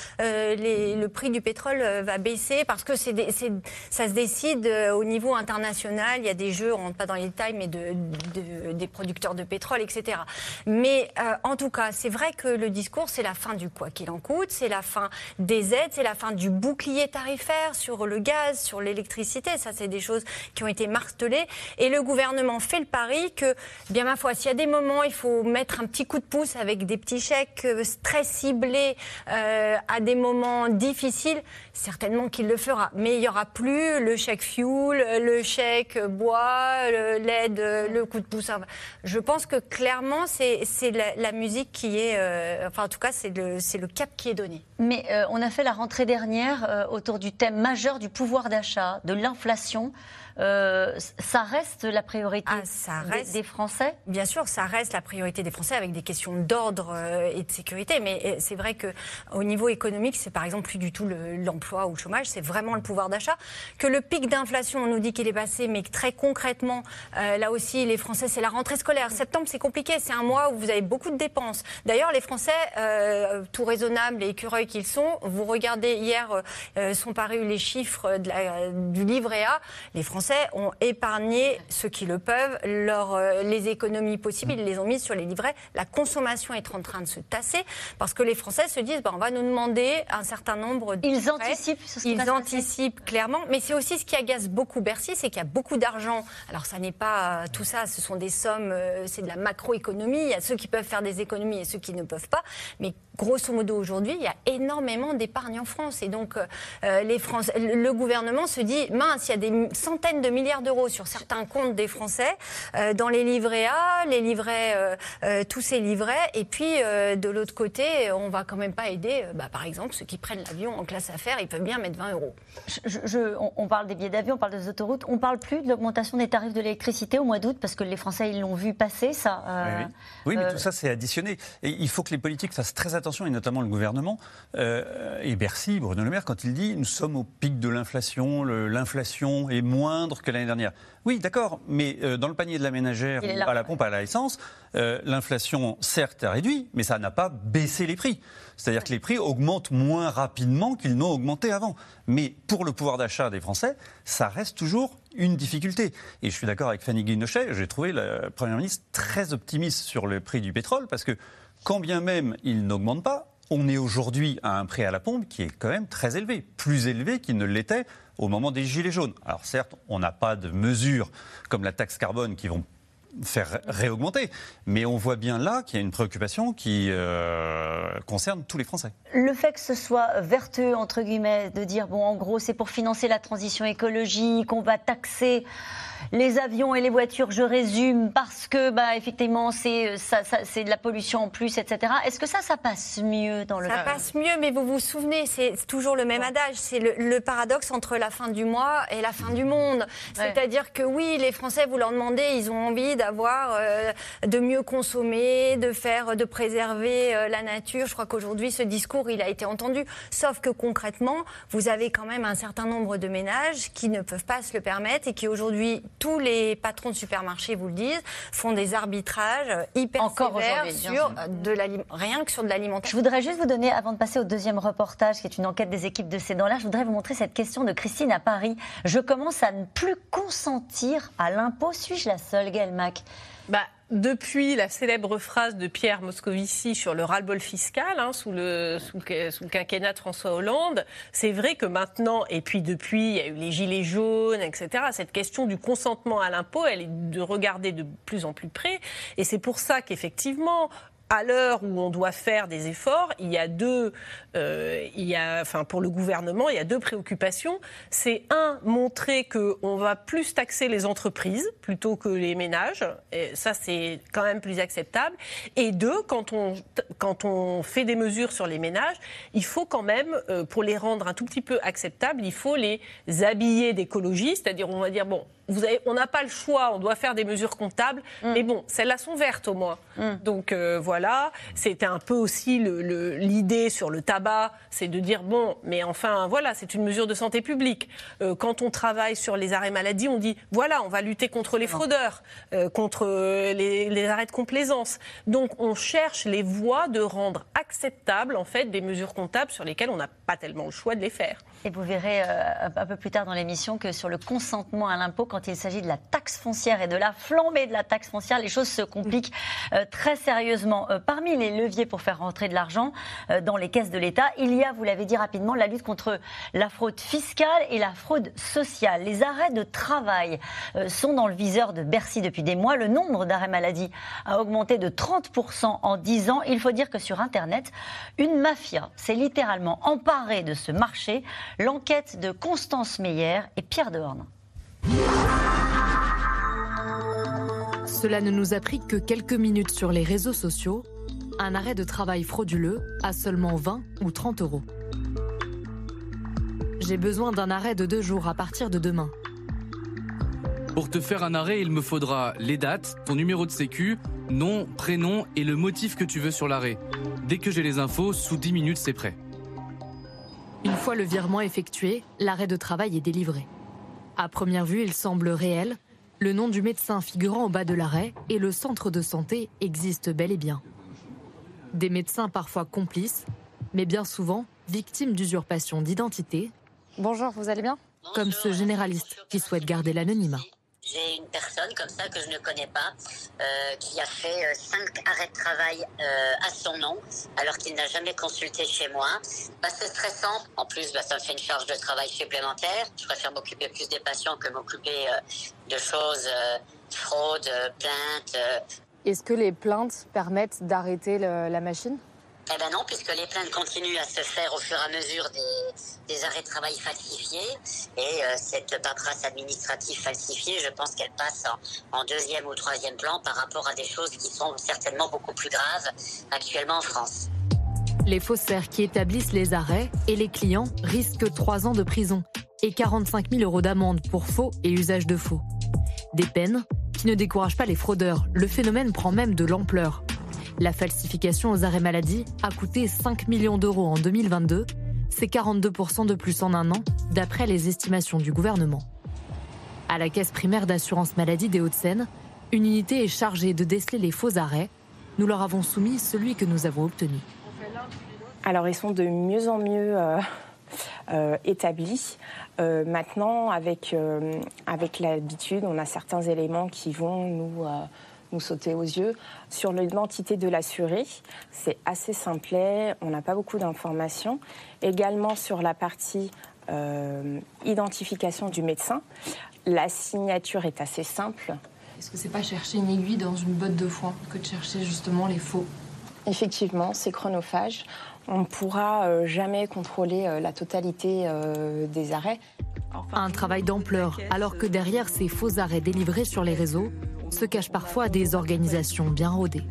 le prix du pétrole va baisser, parce que ça se décide au niveau international. Il y a des jeux, on ne rentre pas dans les détails, mais des producteurs de pétrole, etc. Mais en tout cas, c'est vrai que le discours discours, c'est la fin du quoi qu'il en coûte, c'est la fin des aides, c'est la fin du bouclier tarifaire sur le gaz, sur l'électricité. Ça, c'est des choses qui ont été martelées. Et le gouvernement fait le pari que, bien ma foi, s'il y a des moments, il faut mettre un petit coup de pouce avec des petits chèques très ciblés à des moments difficiles, certainement qu'il le fera. Mais il n'y aura plus le chèque fuel, le chèque bois, l'aide, le coup de pouce. Je pense que clairement, c'est la musique qui est... en tout cas, c'est le cap qui est donné. Mais on a fait la rentrée dernière autour du thème majeur du pouvoir d'achat, de l'inflation. Ça reste la priorité des Français ? Bien sûr, ça reste la priorité des Français avec des questions d'ordre et de sécurité. Mais c'est vrai qu'au niveau économique, c'est par exemple plus du tout l'emploi ou le chômage, c'est vraiment le pouvoir d'achat. Que le pic d'inflation, on nous dit qu'il est passé, mais que très concrètement, là aussi, les Français, c'est la rentrée scolaire. Septembre, c'est compliqué, c'est un mois où vous avez beaucoup de dépenses. D'ailleurs, les Français, tout raisonnables et écureuils qu'ils sont, vous regardez, hier sont parus les chiffres du livret A, les Français ont épargné, ceux qui le peuvent, les économies possibles, ils les ont mises sur les livrets. La consommation est en train de se tasser parce que les Français se disent on va nous demander un certain nombre de Ils anticipent sur ce qui va se passer. Ils anticipent clairement, mais c'est aussi ce qui agace beaucoup Bercy, c'est qu'il y a beaucoup d'argent. Alors ça n'est pas tout ça, ce sont des sommes, c'est de la macroéconomie. Il y a ceux qui peuvent faire des économies et ceux qui ne peuvent pas. Mais grosso modo aujourd'hui, il y a énormément d'épargne en France et donc le gouvernement se dit mince, il y a des centaines de milliards d'euros sur certains comptes des Français, dans les livrets A, les livrets, tous ces livrets. Et puis, de l'autre côté, on ne va quand même pas aider, par exemple, ceux qui prennent l'avion en classe affaires, ils peuvent bien mettre 20 euros. On parle des billets d'avion, on parle des autoroutes. On ne parle plus de l'augmentation des tarifs de l'électricité au mois d'août, parce que les Français, ils l'ont vu passer, ça. Oui, mais tout ça, c'est additionné. Et il faut que les politiques fassent très attention, et notamment le gouvernement. Et Bercy, Bruno Le Maire, quand il dit « nous sommes au pic de l'inflation, l'inflation est moindre que l'année dernière ». Oui, d'accord, mais dans le panier de la ménagère ou à la pompe à l'essence, l'inflation, certes, a réduit, mais ça n'a pas baissé les prix. C'est-à-dire que les prix augmentent moins rapidement qu'ils n'ont augmenté avant. Mais pour le pouvoir d'achat des Français, ça reste toujours une difficulté. Et je suis d'accord avec Fanny Guinochet, j'ai trouvé la Première ministre très optimiste sur le prix du pétrole, parce que quand bien même il n'augmente pas, on est aujourd'hui à un prix à la pompe qui est quand même très élevé, plus élevé qu'il ne l'était au moment des Gilets jaunes. Alors certes, on n'a pas de mesures comme la taxe carbone qui vont faire réaugmenter, mais on voit bien là qu'il y a une préoccupation qui concerne tous les Français. Le fait que ce soit vertueux, entre guillemets, de dire, en gros, c'est pour financer la transition écologique, on va taxer les avions et les voitures, je résume, parce que, effectivement, c'est de la pollution en plus, etc. Est-ce que ça passe mieux dans le... Ça passe mieux, mais vous vous souvenez, c'est toujours le même adage, c'est le paradoxe entre la fin du mois et la fin du monde. C'est-à-dire que oui, les Français, vous leur demandez, ils ont envie d'avoir, de mieux consommer, de préserver la nature. Je crois qu'aujourd'hui, ce discours, il a été entendu. Sauf que concrètement, vous avez quand même un certain nombre de ménages qui ne peuvent pas se le permettre et qui aujourd'hui, tous les patrons de supermarchés vous le disent, font des arbitrages hyper sévères sur rien que sur de l'alimentation. Je voudrais juste vous donner, avant de passer au deuxième reportage, qui est une enquête des équipes de C'est dans l'air, je voudrais vous montrer cette question de Christine à Paris. Je commence à ne plus consentir à l'impôt. Suis-je la seule, Gaëlle Mac ? Depuis la célèbre phrase de Pierre Moscovici sur le ras-le-bol fiscal, sous le quinquennat de François Hollande, c'est vrai que maintenant, et puis depuis, il y a eu les gilets jaunes, etc., cette question du consentement à l'impôt, elle est de regarder de plus en plus près. Et c'est pour ça qu'effectivement, à l'heure où on doit faire des efforts, pour le gouvernement, il y a deux préoccupations. C'est montrer qu'on va plus taxer les entreprises plutôt que les ménages. Et ça, c'est quand même plus acceptable. Et deux, quand on fait des mesures sur les ménages, il faut quand même, pour les rendre un tout petit peu acceptables, il faut les habiller d'écologie. C'est-à-dire, on va dire, on n'a pas le choix, on doit faire des mesures comptables, mais celles-là sont vertes au moins. Donc voilà, c'était un peu aussi l'idée sur le tabac, c'est de dire mais enfin voilà, c'est une mesure de santé publique. Quand on travaille sur les arrêts maladie, on dit voilà, on va lutter contre les fraudeurs, contre les arrêts de complaisance. Donc on cherche les voies de rendre acceptables en fait des mesures comptables sur lesquelles on n'a pas tellement le choix de les faire. Et vous verrez un peu plus tard dans l'émission que sur le consentement à l'impôt, quand il s'agit de la taxe foncière et de la flambée de la taxe foncière, les choses se compliquent très sérieusement. Parmi les leviers pour faire rentrer de l'argent dans les caisses de l'État, il y a, vous l'avez dit rapidement, la lutte contre la fraude fiscale et la fraude sociale. Les arrêts de travail sont dans le viseur de Bercy depuis des mois. Le nombre d'arrêts maladie a augmenté de 30% en 10 ans. Il faut dire que sur Internet, une mafia s'est littéralement emparée de ce marché. L'enquête de Constance Meyer et Pierre Dehorne. Cela ne nous a pris que quelques minutes sur les réseaux sociaux. Un arrêt de travail frauduleux à seulement 20 ou 30 euros. J'ai besoin d'un arrêt de 2 jours à partir de demain. Pour te faire un arrêt, il me faudra les dates, ton numéro de sécu, nom, prénom et le motif que tu veux sur l'arrêt. Dès que j'ai les infos, sous 10 minutes, c'est prêt. Une fois le virement effectué, l'arrêt de travail est délivré. À première vue, il semble réel. Le nom du médecin figurant au bas de l'arrêt et le centre de santé existent bel et bien. Des médecins parfois complices, mais bien souvent victimes d'usurpation d'identité. Bonjour, vous allez bien ? Comme ce généraliste qui souhaite garder l'anonymat. J'ai une personne comme ça que je ne connais pas qui a fait 5 arrêts de travail à son nom alors qu'il n'a jamais consulté chez moi. C'est stressant. En plus, ça me fait une charge de travail supplémentaire. Je préfère m'occuper plus des patients que m'occuper de choses, fraude, plaintes. Est-ce que les plaintes permettent d'arrêter la machine ? Eh ben non, puisque les plaintes continuent à se faire au fur et à mesure des arrêts de travail falsifiés. Et cette paperasse administrative falsifiée, je pense qu'elle passe en 2e ou 3e plan par rapport à des choses qui sont certainement beaucoup plus graves actuellement en France. Les faussaires qui établissent les arrêts et les clients risquent 3 ans de prison et 45 000 € d'amende pour faux et usage de faux. Des peines qui ne découragent pas les fraudeurs. Le phénomène prend même de l'ampleur. La falsification aux arrêts maladie a coûté 5 millions d'euros en 2022. C'est 42% de plus en un an, d'après les estimations du gouvernement. À la Caisse primaire d'assurance maladie des Hauts-de-Seine, une unité est chargée de déceler les faux arrêts. Nous leur avons soumis celui que nous avons obtenu. Alors, ils sont de mieux en mieux établis. Maintenant, avec l'habitude, on a certains éléments qui vont nous sauter aux yeux. Sur l'identité de l'assuré, c'est assez simplet, on n'a pas beaucoup d'informations. Également sur la partie identification du médecin, la signature est assez simple. Est-ce que c'est pas chercher une aiguille dans une botte de foin que de chercher justement les faux ? Effectivement, c'est chronophage. On ne pourra jamais contrôler la totalité des arrêts. Un travail d'ampleur, alors que derrière ces faux arrêts délivrés sur les réseaux, se cachent parfois des organisations bien rodées.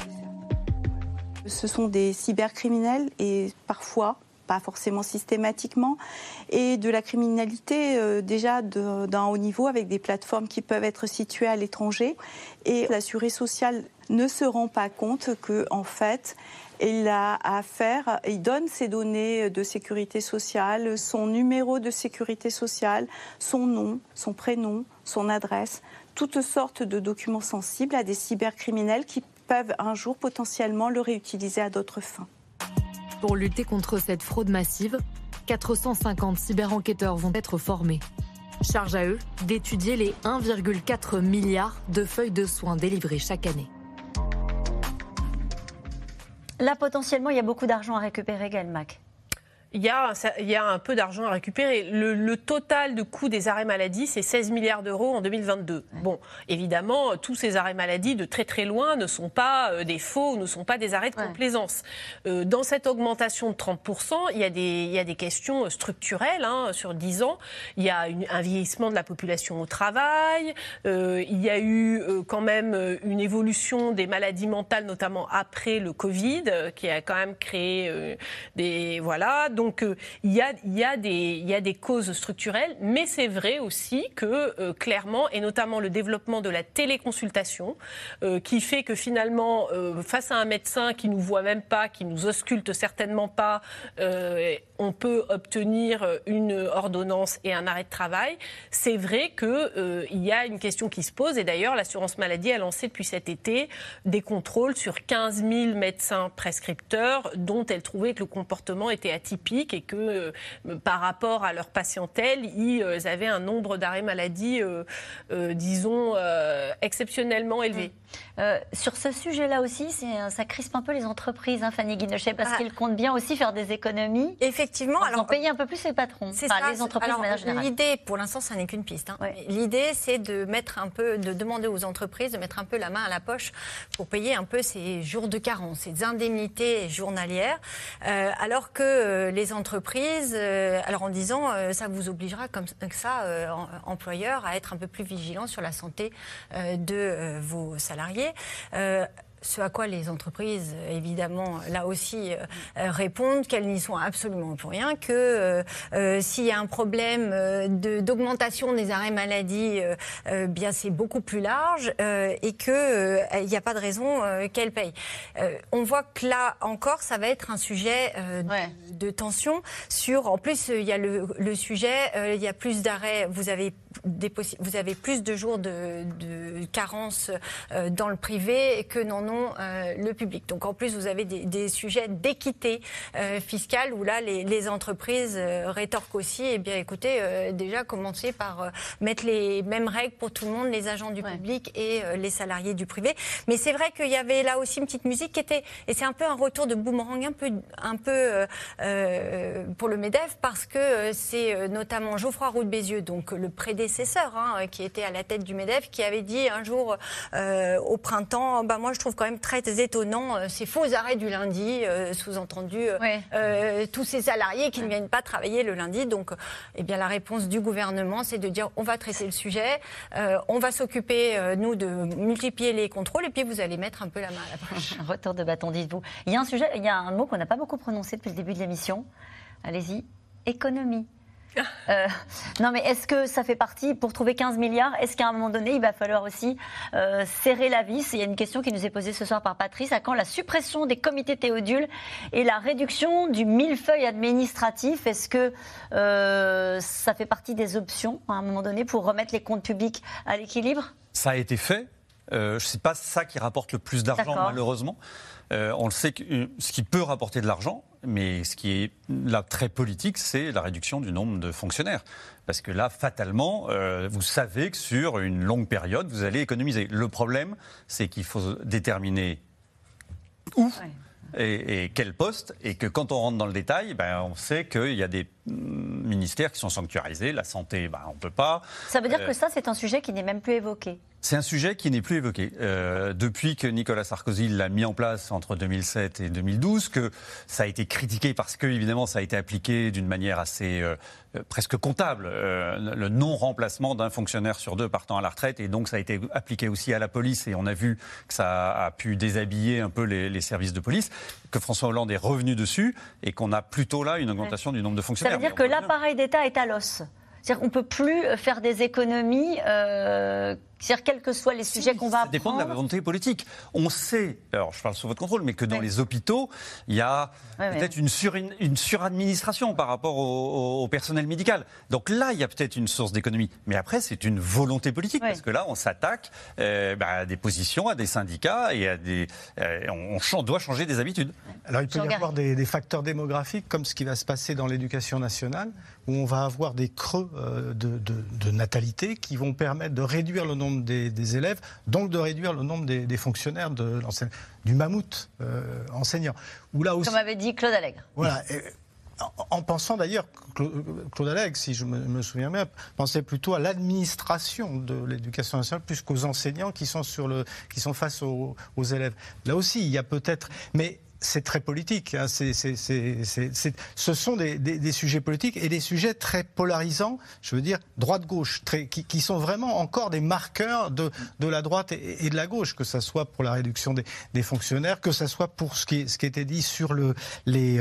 Ce sont des cybercriminels et parfois, pas forcément systématiquement, et de la criminalité déjà d'un haut niveau avec des plateformes qui peuvent être situées à l'étranger. Et l'assuré social ne se rend pas compte qu'en fait, il donne ses données de sécurité sociale, son numéro de sécurité sociale, son nom, son prénom, son adresse, toutes sortes de documents sensibles à des cybercriminels qui peuvent un jour potentiellement le réutiliser à d'autres fins. Pour lutter contre cette fraude massive, 450 cyberenquêteurs vont être formés. Charge à eux d'étudier les 1,4 milliard de feuilles de soins délivrées chaque année. Là, potentiellement, il y a beaucoup d'argent à récupérer, Gaëlle Mac. Il y a un peu d'argent à récupérer. Le total de coût des arrêts maladie, c'est 16 milliards d'euros en 2022. Ouais. Bon, évidemment, tous ces arrêts maladie, de très très loin, ne sont pas des faux, ne sont pas des arrêts de complaisance. Dans cette augmentation de 30%, il y a des questions structurelles sur 10 ans. Il y a un vieillissement de la population au travail. Il y a eu quand même une évolution des maladies mentales, notamment après le Covid, qui a quand même créé des... Voilà. Donc, il y a des causes structurelles, mais c'est vrai aussi que, clairement, et notamment le développement de la téléconsultation, qui fait que finalement, face à un médecin qui ne nous voit même pas, qui ne nous ausculte certainement pas, on peut obtenir une ordonnance et un arrêt de travail. C'est vrai qu'il y a une question qui se pose, et d'ailleurs, l'assurance maladie a lancé depuis cet été des contrôles sur 15 000 médecins prescripteurs dont elle trouvait que le comportement était atypique catastrophique et que par rapport à leur patientèle, ils avaient un nombre d'arrêts maladie, disons, exceptionnellement élevé. Sur ce sujet-là aussi, ça crispe un peu les entreprises, hein, Fanny Guinochet, parce qu'ils comptent bien aussi faire des économies. Effectivement. Alors payer un peu plus les patrons, les entreprises de manière générale. L'idée, pour l'instant, ça n'est qu'une piste. Hein. Ouais. L'idée, c'est de demander aux entreprises de mettre un peu la main à la poche pour payer un peu ces jours de carence, ces indemnités journalières, alors que les entreprises, alors en disant, ça vous obligera comme ça, employeurs, à être un peu plus vigilants sur la santé de vos salariés. Ce à quoi les entreprises, évidemment, là aussi, répondent qu'elles n'y sont absolument pour rien, que s'il y a un problème d'augmentation des arrêts maladie, bien c'est beaucoup plus large et qu'il n'y a pas de raison qu'elles payent. On voit que là encore, ça va être un sujet de tension sur, en plus, il y a le sujet, il y a plus d'arrêts, vous avez plus de jours de carence dans le privé que n'en ont le public. Donc en plus, vous avez des sujets d'équité fiscale où là, les entreprises rétorquent aussi. Eh bien, écoutez, déjà commencer par mettre les mêmes règles pour tout le monde, les agents du public et les salariés du privé. Mais c'est vrai qu'il y avait là aussi une petite musique qui était, et c'est un peu un retour de boomerang un peu pour le MEDEF, parce que c'est notamment Geoffroy Roux de Bézieux, donc le prédécesseur qui était à la tête du MEDEF, qui avait dit un jour au printemps, moi je trouve quand même très étonnant ces faux arrêts du lundi, sous-entendu tous ces salariés qui ne viennent pas travailler le lundi. Donc bien, la réponse du gouvernement, c'est de dire on va traiter le sujet, on va s'occuper, nous, de multiplier les contrôles et puis vous allez mettre un peu la main à la poche. Retour de bâton, dites-vous. Il y a un mot qu'on n'a pas beaucoup prononcé depuis le début de l'émission. Allez-y, économie. Non, mais est-ce que ça fait partie, pour trouver 15 milliards, est-ce qu'à un moment donné, il va falloir aussi serrer la vis? Il y a une question qui nous est posée ce soir par Patrice. À quand la suppression des comités Théodule et la réduction du millefeuille administratif? Est-ce que ça fait partie des options, à un moment donné, pour remettre les comptes publics à l'équilibre? Ça a été fait. Ce n'est pas ça qui rapporte le plus d'argent, malheureusement. On le sait, que ce qui peut rapporter de l'argent, mais ce qui est là très politique, c'est la réduction du nombre de fonctionnaires. Parce que là, fatalement, vous savez que sur une longue période, vous allez économiser. Le problème, c'est qu'il faut déterminer où et quel poste, et que quand on rentre dans le détail, on sait qu'il y a des ministères qui sont sanctuarisés, la santé, on ne peut pas. Ça veut dire que ça, c'est un sujet qui n'est même plus évoqué? C'est un sujet qui n'est plus évoqué. Depuis que Nicolas Sarkozy l'a mis en place entre 2007 et 2012, que ça a été critiqué parce que, évidemment, ça a été appliqué d'une manière assez presque comptable, le non-remplacement d'un fonctionnaire sur deux partant à la retraite, et donc ça a été appliqué aussi à la police, et on a vu que ça a pu déshabiller un peu les services de police, que François Hollande est revenu dessus, et qu'on a plutôt là une augmentation du nombre de fonctionnaires. Ça veut dire que l'appareil d'État est à l'os. C'est-à-dire qu'on ne peut plus faire des économies, c'est-à-dire quels que soient les sujets qu'on va apprendre. Ça dépend de la volonté politique. On sait, alors je parle sous votre contrôle, mais que dans les hôpitaux, il y a peut-être une suradministration par rapport au personnel médical. Donc là, il y a peut-être une source d'économie. Mais après, c'est une volonté politique, parce que là, on s'attaque à des positions, à des syndicats, et on doit changer des habitudes. Alors il peut y avoir des facteurs démographiques, comme ce qui va se passer dans l'éducation nationale, où on va avoir des creux de natalité qui vont permettre de réduire le nombre des élèves, donc de réduire le nombre des fonctionnaires du mammouth enseignant. Là aussi, comme avait dit Claude Allègre. Voilà. En pensant d'ailleurs, Claude Allègre, si je me souviens bien, pensait plutôt à l'administration de l'éducation nationale plus qu'aux enseignants qui sont face aux élèves. Là aussi, il y a peut-être... Mais c'est très politique. Ce sont des sujets politiques et des sujets très polarisants, je veux dire, droite-gauche, qui sont vraiment encore des marqueurs de la droite et de la gauche, que ce soit pour la réduction des fonctionnaires, que ce soit pour ce qui était dit sur les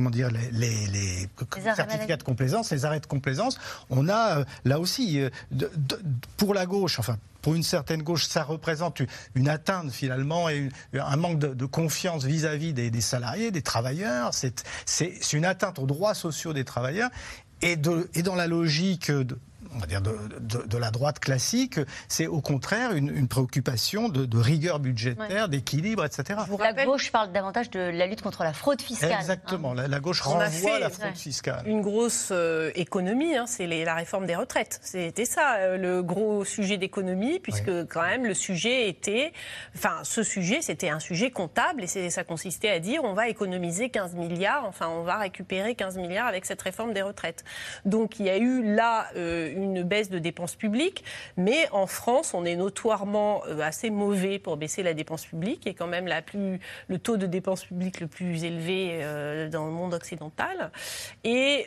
certificats de complaisance, les arrêts de complaisance. On a là aussi, pour la gauche, enfin, pour une certaine gauche, ça représente une atteinte finalement et un manque de confiance vis-à-vis des salariés, des travailleurs. C'est une atteinte aux droits sociaux des travailleurs. Et dans la logique on va dire de la droite classique. C'est au contraire une préoccupation de rigueur budgétaire, d'équilibre, etc. La gauche parle davantage de la lutte contre la fraude fiscale. Exactement. La gauche renvoie à la fraude fiscale. Une grosse économie, c'est la réforme des retraites. C'était ça, le gros sujet d'économie, puisque quand même le sujet était... Enfin, ce sujet, c'était un sujet comptable, et ça consistait à dire on va économiser 15 milliards, enfin on va récupérer 15 milliards avec cette réforme des retraites. Donc il y a eu là une baisse de dépenses publiques, mais en France, on est notoirement assez mauvais pour baisser la dépense publique, et quand même le taux de dépenses publiques le plus élevé dans le monde occidental. Et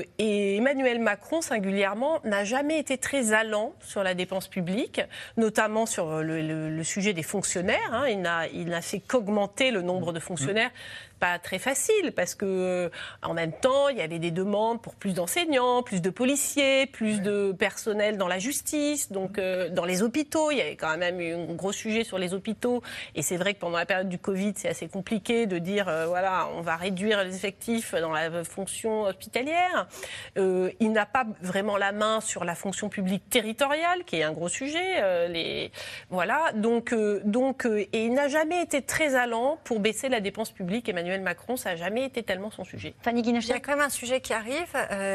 Emmanuel Macron, singulièrement, n'a jamais été très allant sur la dépense publique, notamment sur le sujet des fonctionnaires. Il n'a fait qu'augmenter le nombre de fonctionnaires. Pas très facile, parce que en même temps, il y avait des demandes pour plus d'enseignants, plus de policiers, plus de personnel dans la justice, donc dans les hôpitaux. Il y avait quand même eu un gros sujet sur les hôpitaux, et c'est vrai que pendant la période du Covid, c'est assez compliqué de dire voilà, on va réduire les effectifs dans la fonction hospitalière. Il n'a pas vraiment la main sur la fonction publique territoriale, qui est un gros sujet. Voilà, donc, et il n'a jamais été très allant pour baisser la dépense publique. Emmanuel Macron, ça n'a jamais été tellement son sujet. Fanny Guinochet. Il y a quand même un sujet qui arrive,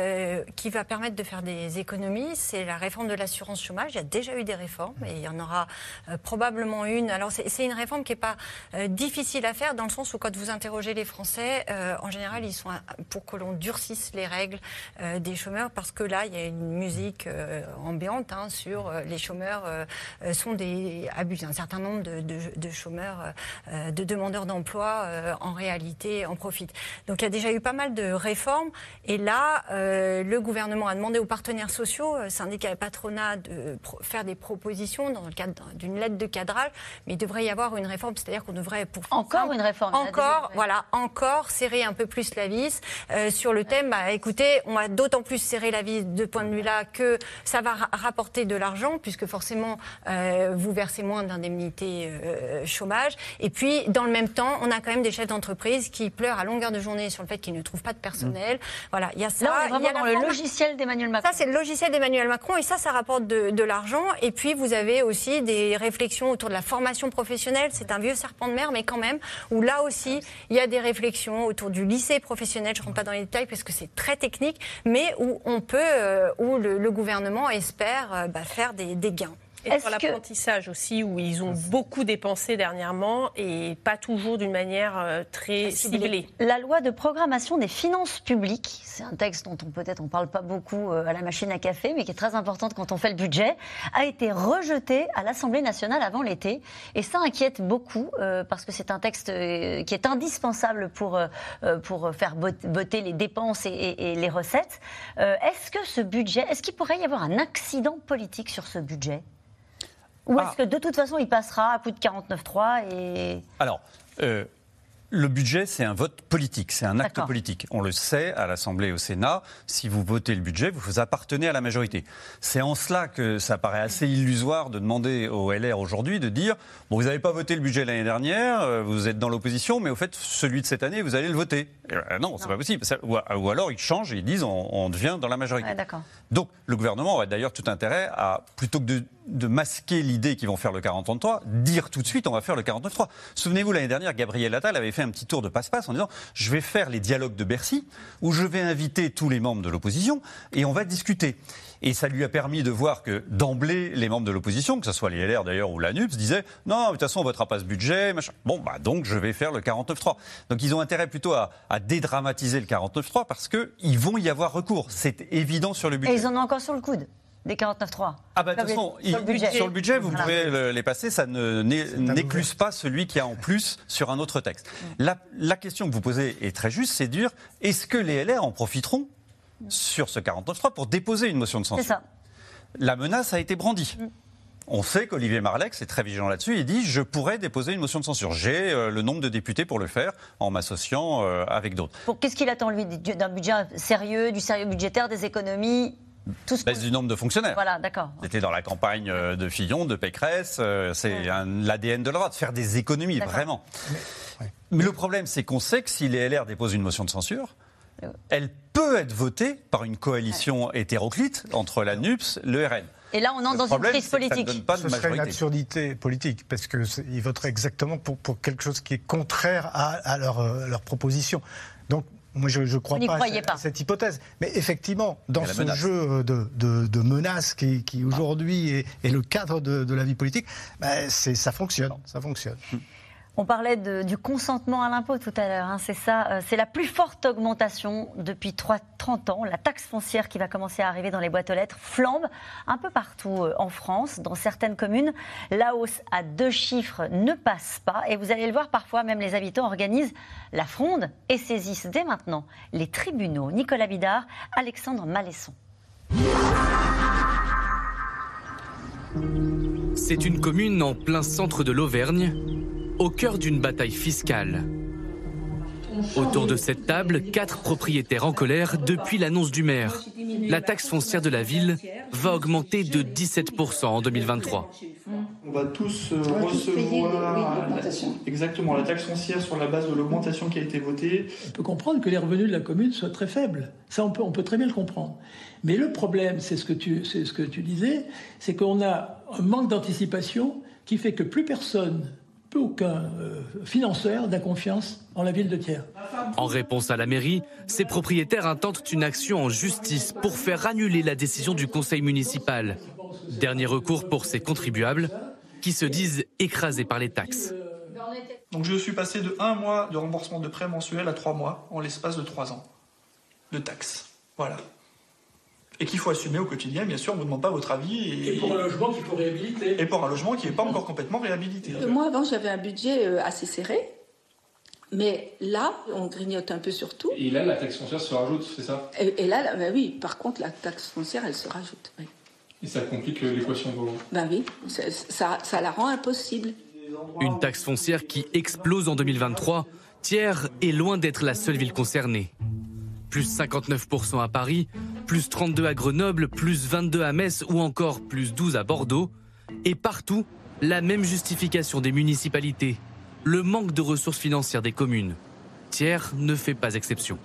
qui va permettre de faire des économies, c'est la réforme de l'assurance chômage. Il y a déjà eu des réformes, et il y en aura probablement une. Alors c'est une réforme qui n'est pas difficile à faire, dans le sens où quand vous interrogez les Français, en général, ils sont pour que l'on durcisse les règles des chômeurs, parce que là, il y a une musique ambiante sur les chômeurs sont des abus. Un certain nombre de chômeurs, de demandeurs d'emploi, en réalité, en profitent. Donc il y a déjà eu pas mal de réformes, et là, le gouvernement a demandé aux partenaires sociaux, syndicats et patronat, de faire des propositions dans le cadre d'une lettre de cadrage, mais il devrait y avoir une réforme, c'est-à-dire qu'on devrait... Encore une réforme. Encore serrer un peu plus la vis sur le thème, écoutez, on va d'autant plus serrer la vis de point de vue-là que ça va rapporter de l'argent, puisque forcément, vous versez moins d'indemnités chômage, et puis, dans le même temps, on a quand même des chefs d'entreprise qui pleurent à longueur de journée sur le fait qu'ils ne trouvent pas de personnel. Voilà, il y a ça. Là, on est vraiment dans le logiciel d'Emmanuel Macron. Ça, c'est le logiciel d'Emmanuel Macron, et ça rapporte de l'argent. Et puis, vous avez aussi des réflexions autour de la formation professionnelle. C'est un vieux serpent de mer, mais quand même, où là aussi, il y a des réflexions autour du lycée professionnel. Je ne rentre pas dans les détails parce que c'est très technique, mais où on peut, où le gouvernement espère faire des gains. Et sur l'apprentissage aussi, où ils ont beaucoup dépensé dernièrement, et pas toujours d'une manière très ciblée. La loi de programmation des finances publiques, c'est un texte dont peut-être on ne parle pas beaucoup à la machine à café, mais qui est très importante quand on fait le budget, a été rejeté à l'Assemblée nationale avant l'été. Et ça inquiète beaucoup, parce que c'est un texte qui est indispensable pour faire botter les dépenses et les recettes. Est-ce qu'il pourrait y avoir un accident politique sur ce budget ? Ou est-ce que de toute façon il passera à coup de 49.3 et... Alors, le budget, c'est un vote politique, c'est un acte politique. On le sait à l'Assemblée et au Sénat, si vous votez le budget, vous appartenez à la majorité. C'est en cela que ça paraît assez illusoire de demander au LR aujourd'hui de dire « bon, vous n'avez pas voté le budget l'année dernière, vous êtes dans l'opposition, mais au fait, celui de cette année, vous allez le voter ». Non, c'est pas possible. Ou alors ils changent et ils disent on devient dans la majorité. Ouais, donc le gouvernement aurait d'ailleurs tout intérêt à, plutôt que de masquer l'idée qu'ils vont faire le 49.3, dire tout de suite on va faire le 49.3. Souvenez-vous, l'année dernière, Gabriel Attal avait fait un petit tour de passe-passe en disant je vais faire les dialogues de Bercy, où je vais inviter tous les membres de l'opposition et on va discuter. Et ça lui a permis de voir que d'emblée, les membres de l'opposition, que ce soit les LR d'ailleurs ou la NUPS, disaient non, de toute façon on ne votera pas ce budget, machin. Bon, donc je vais faire le 49.3. Donc ils ont intérêt plutôt à dédramatiser le 49.3 parce qu'ils vont y avoir recours. C'est évident sur le budget. Et ils en ont encore sur le coude, des 49.3. Ah bah de toute façon, sur le budget, vous pouvez les passer, ça n'écluse pas celui qui a en plus sur un autre texte. La question que vous posez est très juste, c'est de dire, est-ce que les LR en profiteront sur ce 49.3 pour déposer une motion de censure? C'est ça. La menace a été brandie. On sait qu'Olivier Marleix est très vigilant là-dessus. Il dit « je pourrais déposer une motion de censure. J'ai le nombre de députés pour le faire en m'associant avec d'autres ». Qu'est-ce qu'il attend, lui, d'un budget sérieux, du sérieux budgétaire, des économies? Baisse du nombre de fonctionnaires. Voilà, d'accord. C'était dans la campagne de Fillon, de Pécresse. C'est l'ADN de la droite, faire des économies, vraiment. Mais le problème, c'est qu'on sait que si les LR déposent une motion de censure, Elle peut être votée par une coalition hétéroclite entre la NUPES et le RN. Et là, on entre dans une crise politique. Ce serait une absurdité politique, parce qu'ils voteraient exactement pour quelque chose qui est contraire à leur proposition. Donc, moi, je ne crois pas à cette hypothèse. Mais effectivement, dans ce jeu de menaces qui aujourd'hui est le cadre de la vie politique, ça fonctionne. Ça fonctionne. On parlait du consentement à l'impôt tout à l'heure, c'est ça. C'est la plus forte augmentation depuis 30 ans. La taxe foncière qui va commencer à arriver dans les boîtes aux lettres flambe un peu partout en France. Dans certaines communes, la hausse à 2 chiffres ne passe pas. Et vous allez le voir, parfois même les habitants organisent la fronde et saisissent dès maintenant les tribunaux. Nicolas Bidard, Alexandre Malesson. C'est une commune en plein centre de l'Auvergne, au cœur d'une bataille fiscale. Autour de cette table, 4 propriétaires en colère depuis l'annonce du maire. La taxe foncière de la ville va augmenter de 17% en 2023. On va tous recevoir exactement la taxe foncière sur la base de l'augmentation qui a été votée. On peut comprendre que les revenus de la commune soient très faibles. Ça, on peut très bien le comprendre. Mais le problème, c'est ce que tu disais, c'est qu'on a un manque d'anticipation qui fait que plus aucun financeur n'a confiance en la ville de Thiers. En réponse à la mairie, ces propriétaires intentent une action en justice pour faire annuler la décision du conseil municipal. Dernier recours pour ces contribuables qui se disent écrasés par les taxes. Donc je suis passé de 1 mois de remboursement de prêt mensuel à 3 mois en l'espace de 3 ans de taxes. Voilà. Et qu'il faut assumer au quotidien, bien sûr, on ne vous demande pas votre avis. Et pour un logement qu'il faut réhabiliter. Et pour un logement qui n'est pas encore complètement réhabilité. Moi, avant, j'avais un budget assez serré. Mais là, on grignote un peu sur tout. Et là, la taxe foncière se rajoute, c'est ça ? Et là, oui, par contre, la taxe foncière, elle se rajoute. Oui. Et ça complique l'équation de vos... Oui, ça la rend impossible. Une taxe foncière qui explose en 2023. Thiers est loin d'être la seule ville concernée. Plus 59% à Paris, plus 32 à Grenoble, plus 22 à Metz ou encore plus 12 à Bordeaux. Et partout, la même justification des municipalités. Le manque de ressources financières des communes. Thiers ne fait pas exception.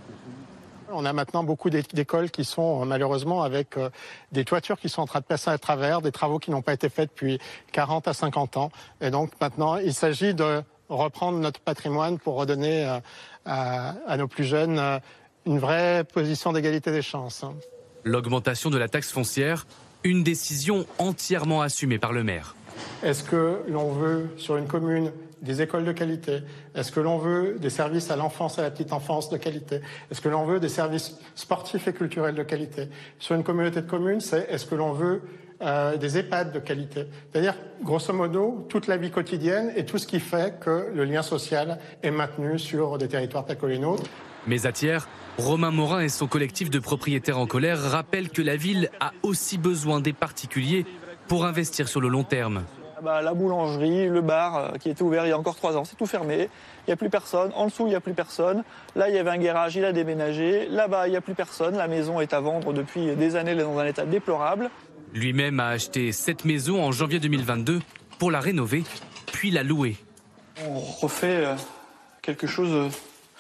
On a maintenant beaucoup d'écoles qui sont malheureusement avec des toitures qui sont en train de passer à travers, des travaux qui n'ont pas été faits depuis 40 à 50 ans. Et donc maintenant, il s'agit de reprendre notre patrimoine pour redonner à nos plus jeunes une vraie position d'égalité des chances. L'augmentation de la taxe foncière, une décision entièrement assumée par le maire. Est-ce que l'on veut, sur une commune, des écoles de qualité? Est-ce que l'on veut des services à l'enfance et à la petite enfance de qualité? Est-ce que l'on veut des services sportifs et culturels de qualité? Sur une communauté de communes, est-ce que l'on veut des EHPAD de qualité? C'est-à-dire, grosso modo, toute la vie quotidienne et tout ce qui fait que le lien social est maintenu sur des territoires tels que les nôtres. Mais à Thiers, Romain Morin et son collectif de propriétaires en colère rappellent que la ville a aussi besoin des particuliers pour investir sur le long terme. La boulangerie, le bar qui était ouvert il y a encore 3 ans, c'est tout fermé. Il n'y a plus personne. En dessous, il n'y a plus personne. Là, il y avait un garage, il a déménagé. Là-bas, il n'y a plus personne. La maison est à vendre depuis des années, elle est dans un état déplorable. Lui-même a acheté cette maison en janvier 2022 pour la rénover, puis la louer. On refait quelque chose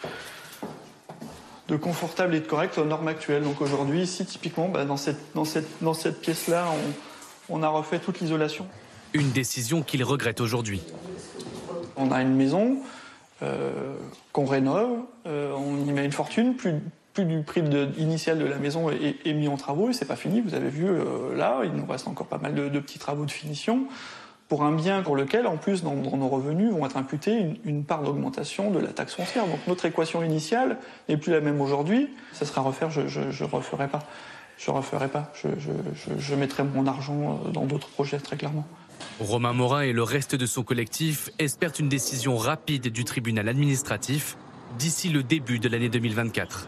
de confortable et de correct aux normes actuelles. Donc aujourd'hui, ici, typiquement, dans cette pièce-là, on a refait toute l'isolation. Une décision qu'il regrette aujourd'hui. On a une maison qu'on rénove, on y met une fortune, plus du prix initial de la maison est mis en travaux et c'est pas fini. Vous avez vu là, il nous reste encore pas mal de petits travaux de finition pour un bien pour lequel, en plus, dans nos revenus, vont être imputés une part d'augmentation de la taxe foncière. Donc notre équation initiale n'est plus la même aujourd'hui. Ça sera à refaire, je referai pas. Je mettrai mon argent dans d'autres projets, très clairement. Romain Morin et le reste de son collectif espèrent une décision rapide du tribunal administratif d'ici le début de l'année 2024.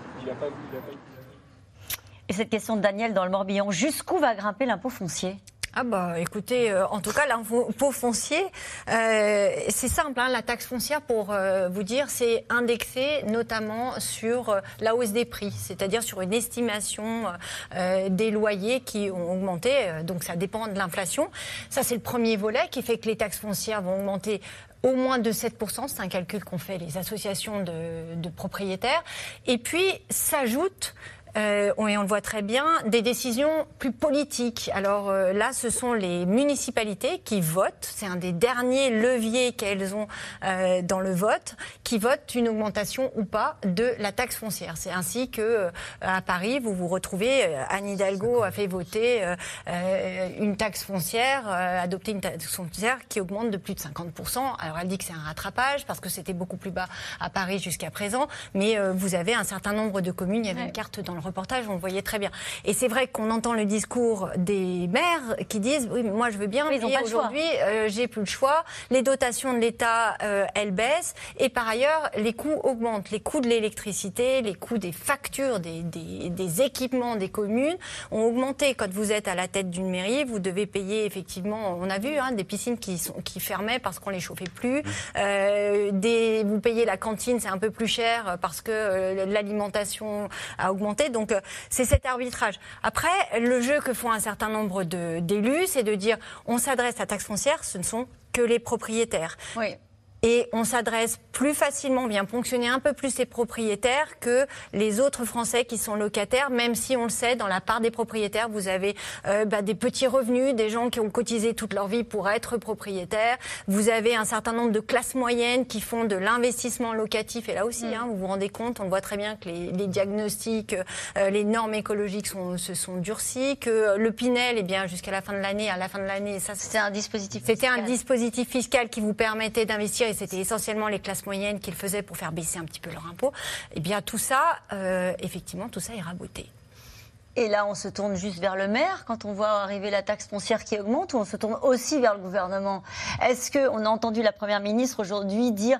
Et cette question de Daniel dans le Morbihan, jusqu'où va grimper l'impôt foncier ? Écoutez, en tout cas, l'impôt foncier, c'est simple, la taxe foncière, pour vous dire, c'est indexé notamment sur la hausse des prix, c'est-à-dire sur une estimation des loyers qui ont augmenté, donc ça dépend de l'inflation. Ça, c'est le premier volet qui fait que les taxes foncières vont augmenter au moins de 7%, c'est un calcul qu'ont fait les associations de propriétaires. Et puis s'ajoute, et on le voit très bien, des décisions plus politiques. Alors là, ce sont les municipalités qui votent, c'est un des derniers leviers qu'elles ont dans le vote, qui votent une augmentation ou pas de la taxe foncière. C'est ainsi que à Paris, vous vous retrouvez, Anne Hidalgo a fait voter une taxe foncière, adopter une taxe foncière qui augmente de plus de 50%. Alors elle dit que c'est un rattrapage parce que c'était beaucoup plus bas à Paris jusqu'à présent, mais vous avez un certain nombre de communes, il y avait une carte dans le reportage, on le voyait très bien. Et c'est vrai qu'on entend le discours des maires qui disent oui, mais moi je veux bien, mais aujourd'hui j'ai plus le choix. Les dotations de l'État, elles baissent, et par ailleurs les coûts augmentent, les coûts de l'électricité, les coûts des factures, des équipements des communes ont augmenté. Quand vous êtes à la tête d'une mairie, vous devez payer effectivement. On a vu des piscines qui fermaient parce qu'on les chauffait plus. Vous payez la cantine, c'est un peu plus cher parce que l'alimentation a augmenté. Donc c'est cet arbitrage. Après, le jeu que font un certain nombre d'élus, c'est de dire on s'adresse à la taxe foncière, ce ne sont que les propriétaires. Oui. Et on s'adresse plus facilement, on vient ponctionner un peu plus les propriétaires que les autres Français qui sont locataires, même si on le sait, dans la part des propriétaires, vous avez des petits revenus, des gens qui ont cotisé toute leur vie pour être propriétaires. Vous avez un certain nombre de classes moyennes qui font de l'investissement locatif. Et là aussi, vous vous rendez compte, on voit très bien que les diagnostics, les normes écologiques se sont durcies, que le Pinel, eh bien, jusqu'à la fin de l'année, ça c'était un dispositif fiscal. C'était un dispositif fiscal qui vous permettait d'investir. Et c'était essentiellement les classes moyennes qui le faisaient pour faire baisser un petit peu leur impôt. Eh bien, tout ça, effectivement, tout ça est raboté. Et là, on se tourne juste vers le maire quand on voit arriver la taxe foncière qui augmente, ou on se tourne aussi vers le gouvernement? Est-ce qu'on a entendu la Première ministre aujourd'hui dire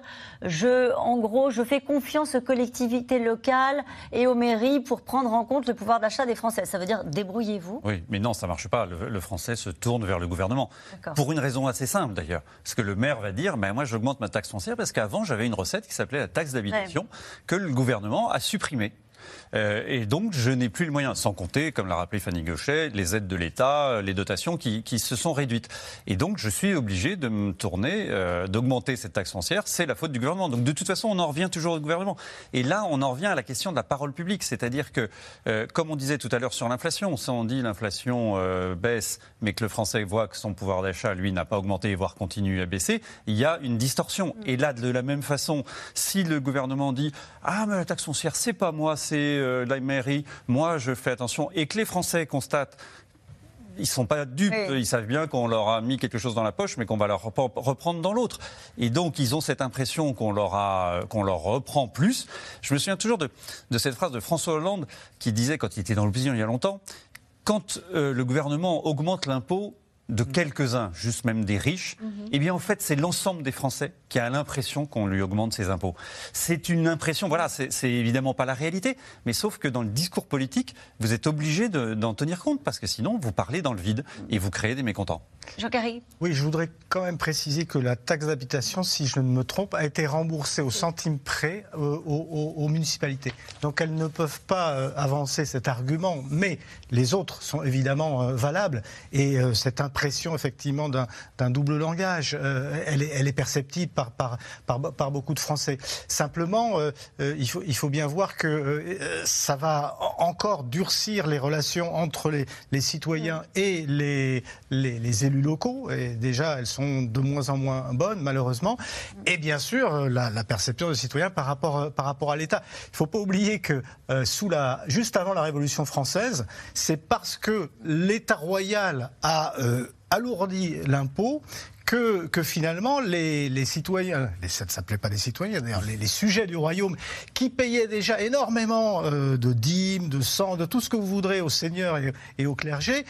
en gros, je fais confiance aux collectivités locales et aux mairies pour prendre en compte le pouvoir d'achat des Français? Ça veut dire débrouillez-vous? Oui, mais non, ça ne marche pas. Le Français se tourne vers le gouvernement. Pour une raison assez simple d'ailleurs. Parce que le maire va dire, moi j'augmente ma taxe foncière parce qu'avant j'avais une recette qui s'appelait la taxe d'habitation que le gouvernement a supprimée. Et donc, je n'ai plus le moyen, sans compter, comme l'a rappelé Fanny Gauchet, les aides de l'État, les dotations qui se sont réduites. Et donc, je suis obligé de me tourner, d'augmenter cette taxe foncière. C'est la faute du gouvernement. Donc, de toute façon, on en revient toujours au gouvernement. Et là, on en revient à la question de la parole publique. C'est-à-dire que, comme on disait tout à l'heure sur l'inflation, si on dit l'inflation baisse, mais que le Français voit que son pouvoir d'achat, lui, n'a pas augmenté, voire continue à baisser, il y a une distorsion. Et là, de la même façon, si le gouvernement dit « Ah, mais la taxe foncière, c'est pas moi, c'est la mairie, moi je fais attention », et que les Français constatent, ils ne sont pas dupes, ils savent bien qu'on leur a mis quelque chose dans la poche, mais qu'on va leur reprendre dans l'autre. Et donc ils ont cette impression qu'on leur reprend plus. Je me souviens toujours de cette phrase de François Hollande qui disait, quand il était dans l'opposition il y a longtemps, quand le gouvernement augmente l'impôt de quelques-uns, juste même des riches, eh bien en fait c'est l'ensemble des Français qui a l'impression qu'on lui augmente ses impôts. C'est une impression, voilà, c'est évidemment pas la réalité, mais sauf que dans le discours politique, vous êtes obligé d'en tenir compte, parce que sinon vous parlez dans le vide et vous créez des mécontents. Jean Carry. Oui, je voudrais quand même préciser que la taxe d'habitation, si je ne me trompe, a été remboursée au centime près aux municipalités. Donc elles ne peuvent pas avancer cet argument, mais les autres sont évidemment valables, et cette impression effectivement d'un double langage, elle est perceptible par beaucoup de Français. Simplement, il faut bien voir que ça va encore durcir les relations entre les citoyens et les élus locaux, et déjà elles sont de moins en moins bonnes malheureusement, et bien sûr la perception des citoyens par rapport à l'État. Il ne faut pas oublier que juste avant la Révolution française, c'est parce que l'État royal a alourdi l'impôt que finalement les citoyens, ça ne s'appelait pas des citoyens d'ailleurs, les sujets du royaume, qui payaient déjà énormément de dîmes, de sang, de tout ce que vous voudrez aux seigneurs et au clergé,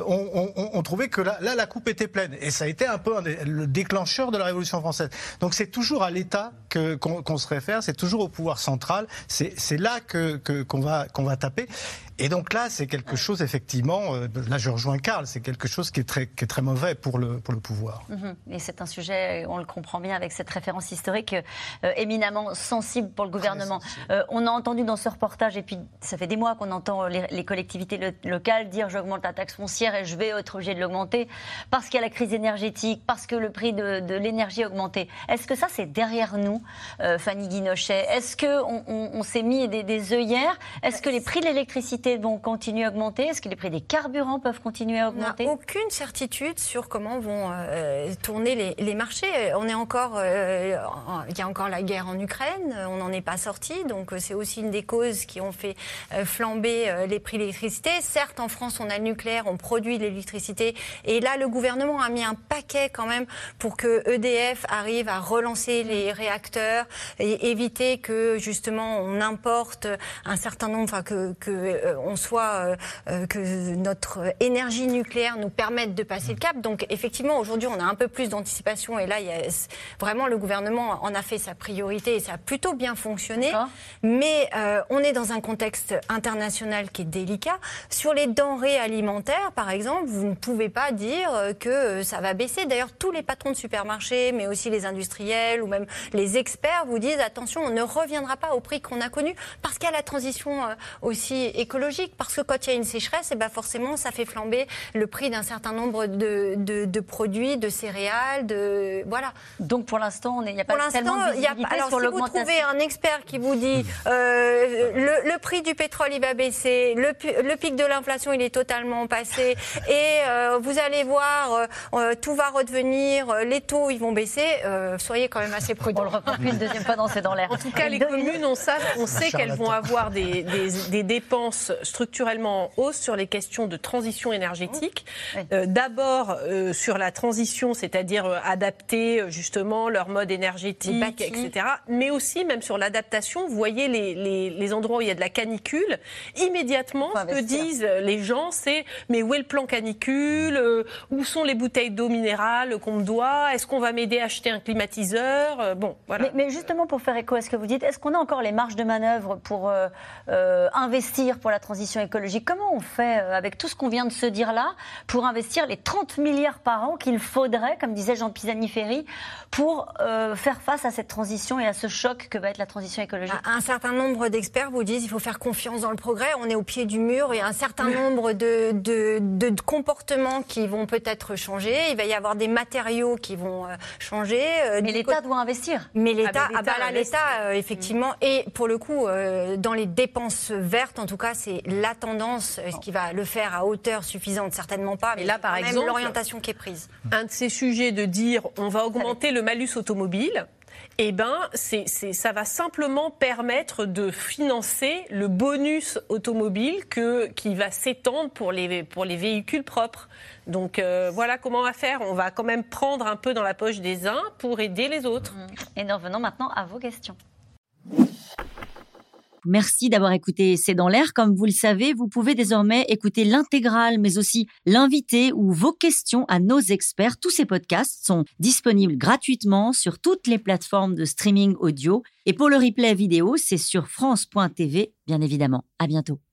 ont trouvé que là la coupe était pleine. Et ça a été un peu le déclencheur de la Révolution française. Donc c'est toujours à l'État qu'on se réfère, c'est toujours au pouvoir central, c'est là qu'on va taper. Et donc là, c'est quelque chose, effectivement, là je rejoins Karl, c'est quelque chose qui est très mauvais pour le pouvoir. Et c'est un sujet, on le comprend bien, avec cette référence historique éminemment sensible pour le gouvernement. On a entendu dans ce reportage, et puis ça fait des mois qu'on entend les collectivités locales dire j'augmente la taxe foncière et je vais être obligé de l'augmenter parce qu'il y a la crise énergétique, parce que le prix de l'énergie a augmenté. Est-ce que ça c'est derrière nous, Fanny Guinochet? Est-ce qu'on s'est mis des œillères? Est-ce que les prix de l'électricité vont continuer à augmenter? Est-ce que les prix des carburants peuvent continuer à augmenter? On n'a aucune certitude sur comment vont tourner les marchés. On est encore, il y a encore la guerre en Ukraine, on n'en est pas sorti, donc c'est aussi une des causes qui ont fait flamber les prix de l'électricité. Certes, en France, on a le nucléaire, on produit de l'électricité, et là, le gouvernement a mis un paquet quand même pour que EDF arrive à relancer les réacteurs et éviter que justement on importe un certain nombre, enfin que notre énergie nucléaire nous permette de passer le cap. Donc effectivement, aujourd'hui, on a un peu plus d'anticipation, et là, vraiment le gouvernement en a fait sa priorité et ça a plutôt bien fonctionné. Mais on est dans un contexte international qui est délicat. Sur les denrées alimentaires, par exemple, vous ne pouvez pas dire que ça va baisser. D'ailleurs, tous les patrons de supermarchés, mais aussi les industriels ou même les experts vous disent attention, on ne reviendra pas au prix qu'on a connu, parce qu'il y a la transition aussi écologique, parce que quand il y a une sécheresse, et ben forcément, ça fait flamber le prix d'un certain nombre de produits, de céréales, voilà. Donc pour l'instant, il n'y a pas tellement de visibilité sur l'augmentation. Si vous trouvez un expert qui vous dit le prix du pétrole il va baisser, le pic de l'inflation il est totalement passé, et vous allez voir tout va redevenir, les taux ils vont baisser, soyez quand même assez prudents. On le reprend plus une deuxième fois dans l'air. En tout cas, les communes, on sait qu'elles vont avoir des dépenses structurellement en hausse sur les questions de transition énergétique. D'abord sur la transition, c'est-à-dire adapter justement leur mode énergétique, etc. Mais aussi même sur l'adaptation. Vous voyez les endroits où il y a de la canicule, immédiatement ce que disent les gens, c'est mais où est le plan canicule, où sont les bouteilles d'eau minérale qu'on me doit, est-ce qu'on va m'aider à acheter un climatiseur, bon voilà. Mais justement pour faire écho à ce que vous dites, est-ce qu'on a encore les marges de manœuvre pour investir pour la transition écologique? Comment on fait avec tout ce qu'on vient de se dire là pour investir les 30 milliards par an qu'il faudrait, comme disait Jean Pisani-Ferry, pour faire face à cette transition et à ce choc que va être la transition écologique? Un certain nombre d'experts vous disent qu'il faut faire confiance dans le progrès, on est au pied du mur, il y a un certain nombre de comportements qui vont peut-être changer, il va y avoir des matériaux qui vont changer. Mais l'État doit investir. Mais l'État, effectivement, et pour le coup, dans les dépenses vertes, en tout cas, c'est la tendance, ce qui va le faire à hauteur suffisante, certainement pas, mais là, par exemple, l'orientation qui est prise. Un de ces sujets de dire on va augmenter le malus automobile, ça va simplement permettre de financer le bonus automobile qui va s'étendre pour les véhicules propres. Donc voilà comment on va faire. On va quand même prendre un peu dans la poche des uns pour aider les autres. Et nous revenons maintenant à vos questions. Merci d'avoir écouté C'est dans l'air. Comme vous le savez, vous pouvez désormais écouter l'intégrale, mais aussi l'invité ou vos questions à nos experts. Tous ces podcasts sont disponibles gratuitement sur toutes les plateformes de streaming audio. Et pour le replay vidéo, c'est sur France.tv, bien évidemment. À bientôt.